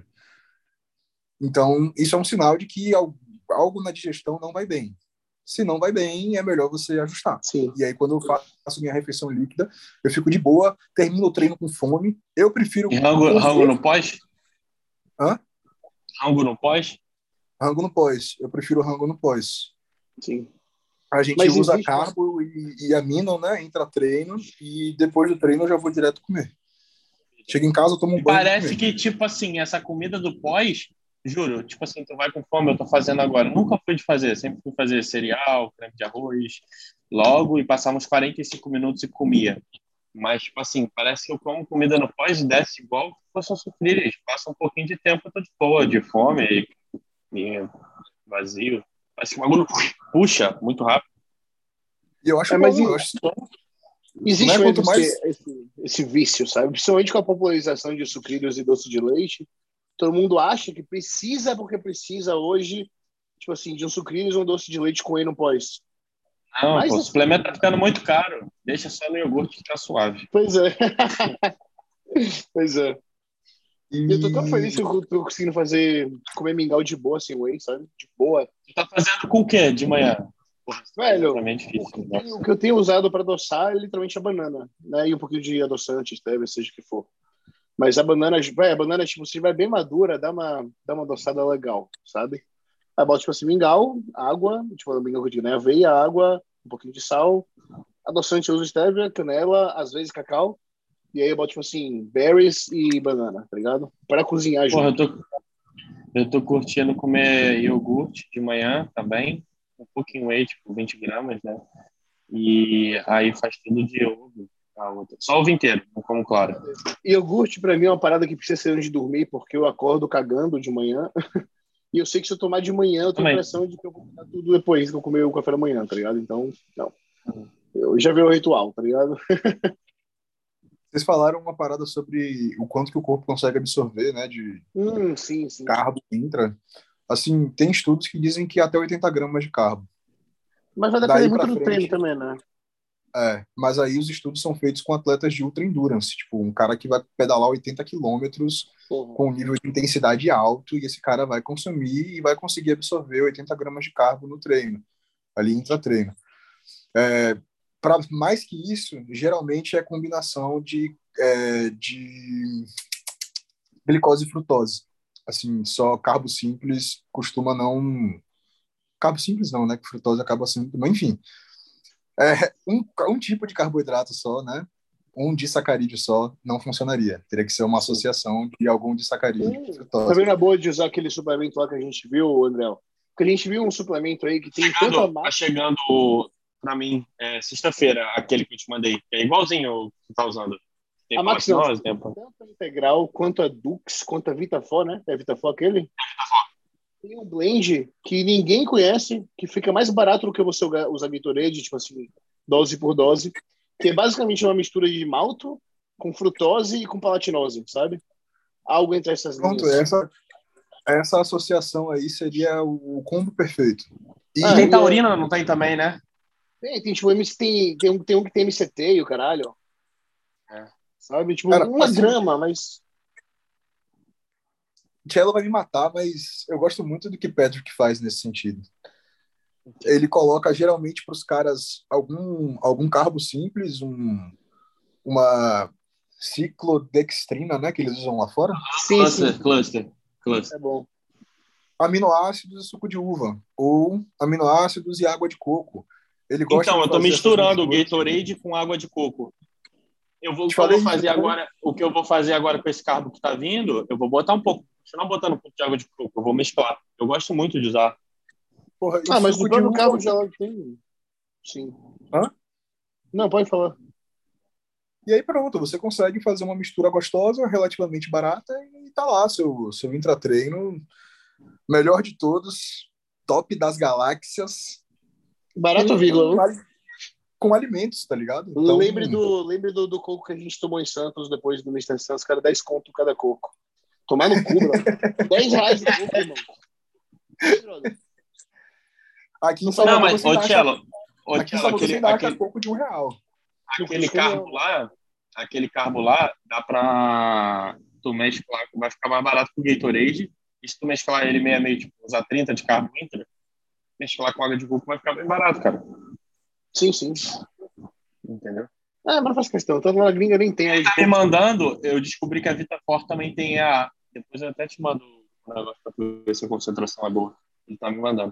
S3: Então, isso é um sinal de que algo na digestão não vai bem. Se não vai bem, é melhor você ajustar.
S1: Sim.
S3: E aí, quando eu faço minha refeição líquida, eu fico de boa, termino o treino com fome. Eu prefiro...
S2: E rango no pós?
S3: Hã?
S2: Rango no pós?
S3: Rango no pós. Eu prefiro rango no pós.
S1: Sim.
S3: A gente
S1: Mas
S3: usa
S1: existe...
S3: carbo e amino, né? Entra treino e depois do treino eu já vou direto comer. Chego em casa, eu tomo um banho.
S2: Parece que, tipo assim, essa comida do pós, juro, tipo assim, tu vai com fome, eu tô fazendo agora. Nunca fui de fazer, sempre fui fazer cereal, creme de arroz, logo, e passava uns 45 minutos e comia. Mas, tipo assim, parece que eu como comida no pós e desce igual se fosse um sucrilhos. Passa um pouquinho de tempo, eu tô de boa, de fome e vazio. Parece que o bagulho puxa muito rápido.
S3: E eu acho
S1: mas
S3: bom, eu acho bom.
S1: existe
S3: Né?
S1: mesmo
S3: Quanto mais...
S1: esse vício, sabe? Principalmente com a popularização de sucrilhos e doce de leite. Todo mundo acha que precisa, porque precisa hoje, tipo assim, de um sucrilhos ou um doce de leite com whey no pós.
S2: Não,
S1: Mas,
S2: pô, o
S1: assim,
S2: suplemento tá ficando muito caro. Deixa só no iogurte que tá suave.
S1: pois é. Pois é. E eu tô tão feliz
S3: E
S1: que eu tô conseguindo comer mingau de boa sem whey, sabe? De boa.
S2: Tu tá fazendo com o quê de manhã? Porra,
S1: Velho,
S2: extremamente difícil.
S1: o que eu tenho usado para adoçar é literalmente a banana, né? E um pouquinho de adoçante, stevia, seja o que for. Mas a banana, tipo, se estiver bem madura, dá uma adoçada legal, sabe? Aí bota, tipo assim, mingau, água, tipo, mingau que eu digo, né? Aveia, água, um pouquinho de sal, adoçante eu uso stevia, canela, às vezes cacau, e aí eu boto, tipo assim, berries e banana, tá ligado? Para cozinhar
S2: Porra,
S1: junto.
S2: eu tô curtindo comer iogurte de manhã também. Um pouquinho whey, tipo 20 gramas, né? E aí faz tudo de ovo. Só ovo inteiro, não como claro.
S1: Iogurte, pra mim, é uma parada que precisa ser antes de dormir, porque eu acordo cagando de manhã, e eu sei que se eu tomar de manhã, eu tenho a
S2: Também.
S1: impressão de que eu vou ficar tudo depois que eu comer o café da manhã, tá ligado? Então, não. Eu já vi o ritual, tá ligado?
S3: vocês falaram uma parada sobre o quanto que o corpo consegue absorver, né, de
S1: Sim, sim.
S3: carbo que entra. Assim, tem estudos que dizem que até 80 gramas de carbo.
S1: Mas vai depender
S3: Daí
S1: muito
S3: para
S1: do treino
S3: frente,
S1: também, né?
S3: mas aí os estudos são feitos com atletas de ultra endurance, tipo, um cara que vai pedalar 80 quilômetros
S1: Porra.
S3: com um nível de intensidade alto e esse cara vai consumir e vai conseguir absorver 80 gramas de carbo no treino, ali intra-treino. Para mais que isso, geralmente é combinação de glicose e frutose. Assim, só carbo simples costuma não... Carbo simples não, né? Que frutose acaba sendo... Mas, enfim, um tipo de carboidrato só, né? Um disacarídeo só não funcionaria. Teria que ser uma
S1: Sim.
S3: associação de algum disacarídeo com frutose.
S1: Também não é boa de usar aquele suplemento lá que a gente viu, André. Porque a gente viu um suplemento aí que tem tanta
S2: Tá
S1: massa.
S2: chegando pra mim sexta-feira, aquele que eu te mandei. Que é igualzinho o que tu tá usando. Tem
S1: A Max não,
S2: palatinose, tem...
S1: tanto a Integral quanto a Dux, quanto a Vitafor, né? É Vitafor aquele? Tem um blend que ninguém conhece, que fica mais barato do que você usar Gatorade, tipo assim, dose por dose, que é basicamente uma mistura de malto com frutose e com palatinose, sabe? Algo entre essas
S3: Pronto,
S1: linhas.
S3: essa associação aí seria o combo perfeito.
S2: E
S1: Ah,
S2: tem
S1: e
S2: taurina, não tem também, né?
S1: tem tipo, tem um que tem MCT e o caralho, sabe? Tipo,
S3: Cara,
S1: uma
S3: assim,
S1: grama, mas...
S3: Cello vai me matar, mas eu gosto muito do que Patrick faz nesse sentido. Ele coloca geralmente para os caras algum carbo simples, uma ciclodextrina, né, que eles usam lá fora,
S1: Sim, sim,
S2: Cluster.
S1: é bom.
S3: aminoácidos e suco de uva, ou aminoácidos e água de coco. Ele gosta
S2: Então,
S3: de
S2: eu tô
S3: fazer essas
S2: misturando o
S3: misturas.
S2: Gatorade com água de coco. O
S3: Te
S2: que eu vou
S3: falei isso,
S2: fazer
S3: né?
S2: agora, o que eu vou fazer agora com esse carbo que tá vindo, eu vou botar um pouco, continuar botando um pouco de água de coco, eu vou mesclar. Eu gosto muito de usar.
S3: Porra, e o
S1: Ah, mas o
S3: suco de
S1: próprio
S3: uva...
S1: carbo já tem. Sim.
S3: Hã?
S1: Não, pode falar.
S3: E aí pronto, você consegue fazer uma mistura gostosa, relativamente barata, e tá lá, seu intratreino, melhor de todos, top das galáxias,
S1: Barato, vírgula,
S3: com,
S1: viu?
S3: com alimentos, tá ligado? Então,
S1: Lembre do coco que a gente tomou em Santos depois do Mr. Santos, cara, 10 conto cada coco. Tomar no cu, brother. R$ 10 o coco, irmão.
S3: aqui em
S1: Não faz
S2: Não,
S3: Salvador
S1: mal.
S2: mas,
S3: você ainda acha,
S2: ô,
S3: aqui em
S2: Tchelo,
S3: Salvador você ainda acha coco de R$ 1.
S1: No
S2: aquele
S1: Cusco, não.
S2: carbo lá, aquele carbo lá, dá pra tu mesclar, vai ficar mais barato que o Gatorade. E se tu mesclar ele meio a meio, tipo, usar 30 de carbo intra, mesclar com água de coco vai ficar bem barato, cara.
S1: Sim, sim.
S2: Entendeu?
S1: Mas não faz questão. Toda uma gringa nem tem água de
S2: Me
S1: coco.
S2: mandando, eu descobri que a VitaForte também tem EAA. Depois eu até te mando um negócio pra tu ver se a concentração é boa. Ele tá me mandando.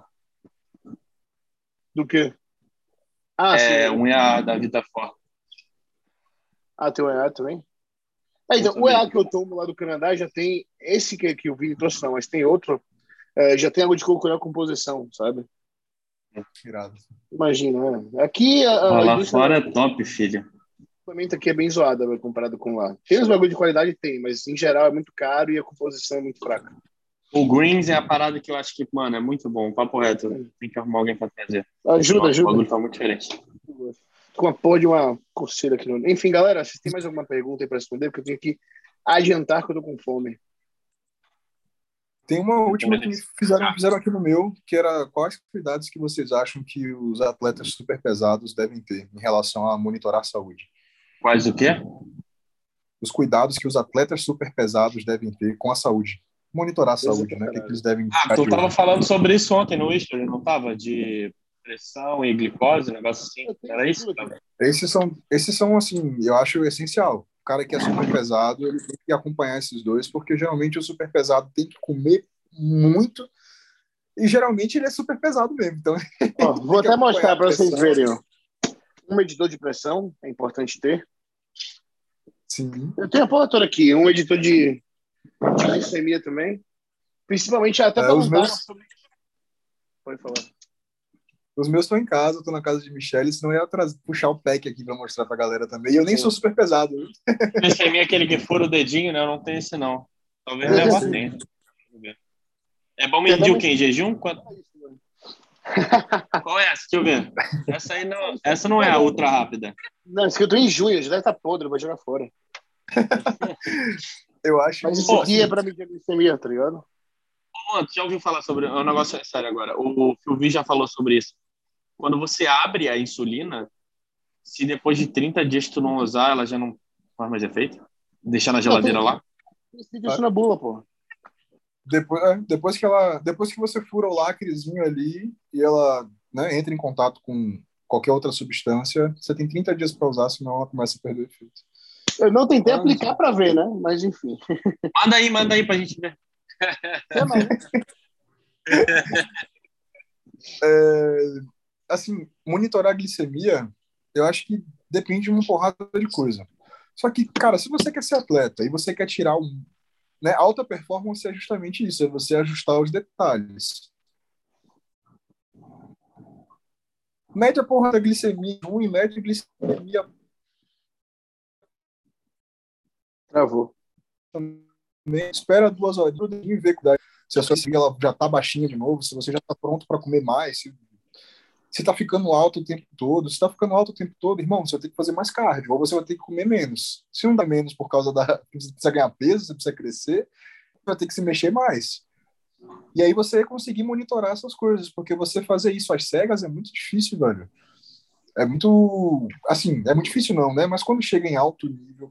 S1: Do quê? Ah, sim.
S2: É um EAA da VitaForte.
S1: Tem o EA também? Então, o EA que eu tomo lá do Canadá já tem esse que o Vini trouxe, não, mas tem outro. Já tem água de coco na composição, sabe?
S3: Irado.
S1: Imagina, né? Aqui a
S2: Lá
S1: indústria
S2: fora é top, filho.
S1: do suplemento aqui é bem zoada, né, comparado com lá. Tem os bagulho de qualidade? Tem, mas em geral é muito caro e a composição é muito fraca.
S2: O Greens é a parada que eu acho que, mano, é muito bom. Papo reto. Tem que arrumar alguém pra trazer.
S1: Ajuda,
S2: Nossa, o
S1: ajuda.
S2: bagulho tá muito diferente.
S1: Com a porra de uma coceira aqui no... Enfim, galera, vocês têm mais alguma pergunta aí para responder? Porque eu tenho que adiantar que eu tô com fome.
S3: Tem uma última que me fizeram aqui no meu, que era quais cuidados que vocês acham que os atletas super pesados devem ter em relação a monitorar a saúde?
S2: Quais o quê?
S3: Os cuidados que os atletas super pesados devem ter com a saúde. Monitorar a saúde, né? O que eles devem ficar
S2: Tu
S3: de
S2: tava
S3: olho.
S2: falando sobre isso ontem no History, não tava? De pressão e glicose, negócio assim. Era isso?
S3: Esses são, assim, eu acho essencial. O cara que é super pesado, ele tem que acompanhar esses dois, porque geralmente o super pesado tem que comer muito e geralmente ele é super pesado mesmo. Então,
S1: Vou até mostrar para vocês
S3: pressão.
S1: verem. Um medidor de pressão é importante ter.
S3: Sim.
S1: Eu tenho a porra toda aqui. Um editor de glicemia também. Principalmente até perguntaram sobre... Pode falar.
S3: Os meus estão em casa, eu tô na casa de Michelle, senão eu ia puxar o pack aqui pra mostrar pra galera também. E eu nem sou super pesado.
S2: Glicemia é aquele que fura o dedinho, né? Eu não tenho esse, não. Talvez leva tenha. É bom medir o quê? Em jejum? Quanto... Qual é essa? Deixa eu ver. Essa aí não, essa não é a ultra rápida.
S1: Não, isso que eu tô em junho, já deve estar podre, vou jogar fora.
S3: Eu acho.
S1: Mas isso aqui é pra medir a glicemia, tá ligado?
S2: Tu já ouviu falar sobre... É um negócio sério agora. O Phil já falou sobre isso. Quando você abre a insulina, se depois de 30 dias tu não usar, ela já não faz mais efeito? Deixar na geladeira lá?
S1: Tem isso na bula, pô.
S3: Depois que você fura o lacrezinho ali e ela, né, entra em contato com qualquer outra substância, você tem 30 dias para usar, senão ela começa a perder efeito.
S1: Eu não tentei aplicar para ver, né? Mas enfim.
S2: Manda aí pra gente ver.
S3: Assim, monitorar a glicemia, eu acho que depende de uma porrada de coisa. Só que, cara, se você quer ser atleta e você quer tirar né, alta performance é justamente isso, é você ajustar os detalhes. Mede a porra da glicemia 1 e mede a glicemia.
S1: Travou.
S3: Espera 2 horas e vê se a sua glicemia ela já está baixinha de novo, se você já está pronto para comer mais, se está ficando alto o tempo todo. Se está ficando alto o tempo todo, irmão, você vai ter que fazer mais cardio, ou você vai ter que comer menos. Se não dá menos por causa você precisa ganhar peso, você precisa crescer, você vai ter que se mexer mais. E aí você conseguir monitorar essas coisas, porque você fazer isso às cegas é muito difícil, velho. É muito, assim, é muito difícil não, né? Mas quando chega em alto nível,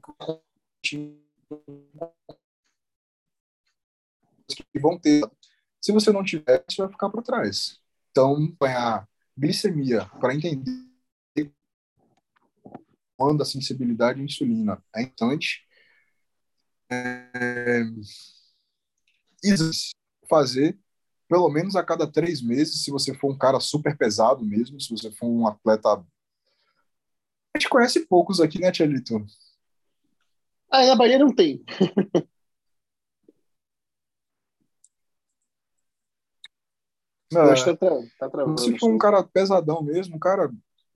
S3: que vão ter, se você não tiver, você vai ficar para trás. Então, acompanhar glicemia para entender quando a sensibilidade à insulina é importante. Fazer pelo menos a cada 3 meses, se você for um cara super pesado mesmo, se você for um atleta. A gente conhece poucos aqui, né, Tchelito?
S1: Na Bahia não tem.
S3: Não,
S1: tá travando.
S3: se for um cara pesadão mesmo, cara,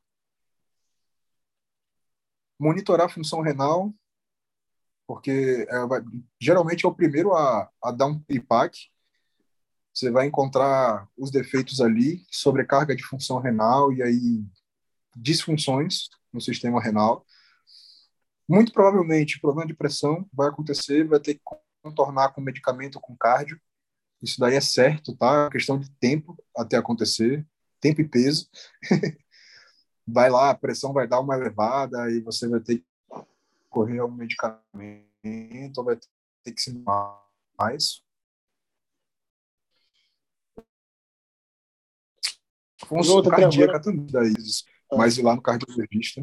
S3: monitorar a função renal, porque geralmente é o primeiro a dar um piripaque. Você vai encontrar os defeitos ali, sobrecarga de função renal e aí disfunções no sistema renal. Muito provavelmente, problema de pressão vai acontecer, vai ter que contornar com medicamento, com cardio. Isso daí é certo, tá? É questão de tempo até acontecer, tempo e peso. Vai lá, a pressão vai dar uma elevada e você vai ter recorrer ao medicamento, ou vai ter que se mais. Função cardíaca também, daí, mas ir lá no cardiologista.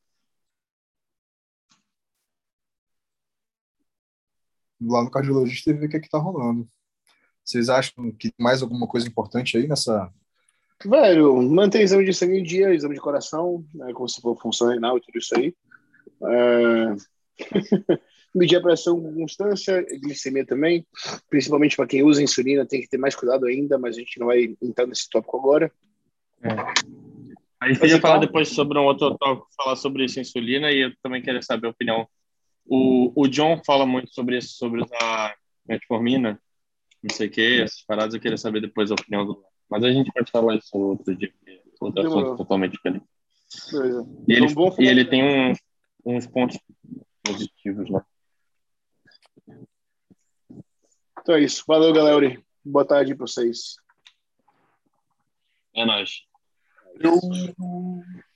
S3: Lá no cardiologista e ver o que está rolando. Vocês acham que tem mais alguma coisa importante aí nessa...
S1: Velho, manter exame de sangue em dia, exame de coração, né, como se for função renal e tudo isso aí. Medir a pressão com constância, glicemia também, principalmente para quem usa insulina, tem que ter mais cuidado ainda, mas a gente não vai entrar nesse tópico agora.
S2: A gente podia falar depois sobre um outro tópico, falar sobre isso, insulina, e eu também queria saber a opinião. O John fala muito sobre isso, sobre usar metformina, não sei o que, essas paradas, eu queria saber depois a opinião do... Mas a gente pode falar isso outro dia, outro assunto totalmente diferente.
S1: Beleza.
S2: E ele tem uns pontos positivos, né?
S1: Então é isso. Valeu, galera. Boa tarde para vocês.
S2: É nóis.
S3: Eu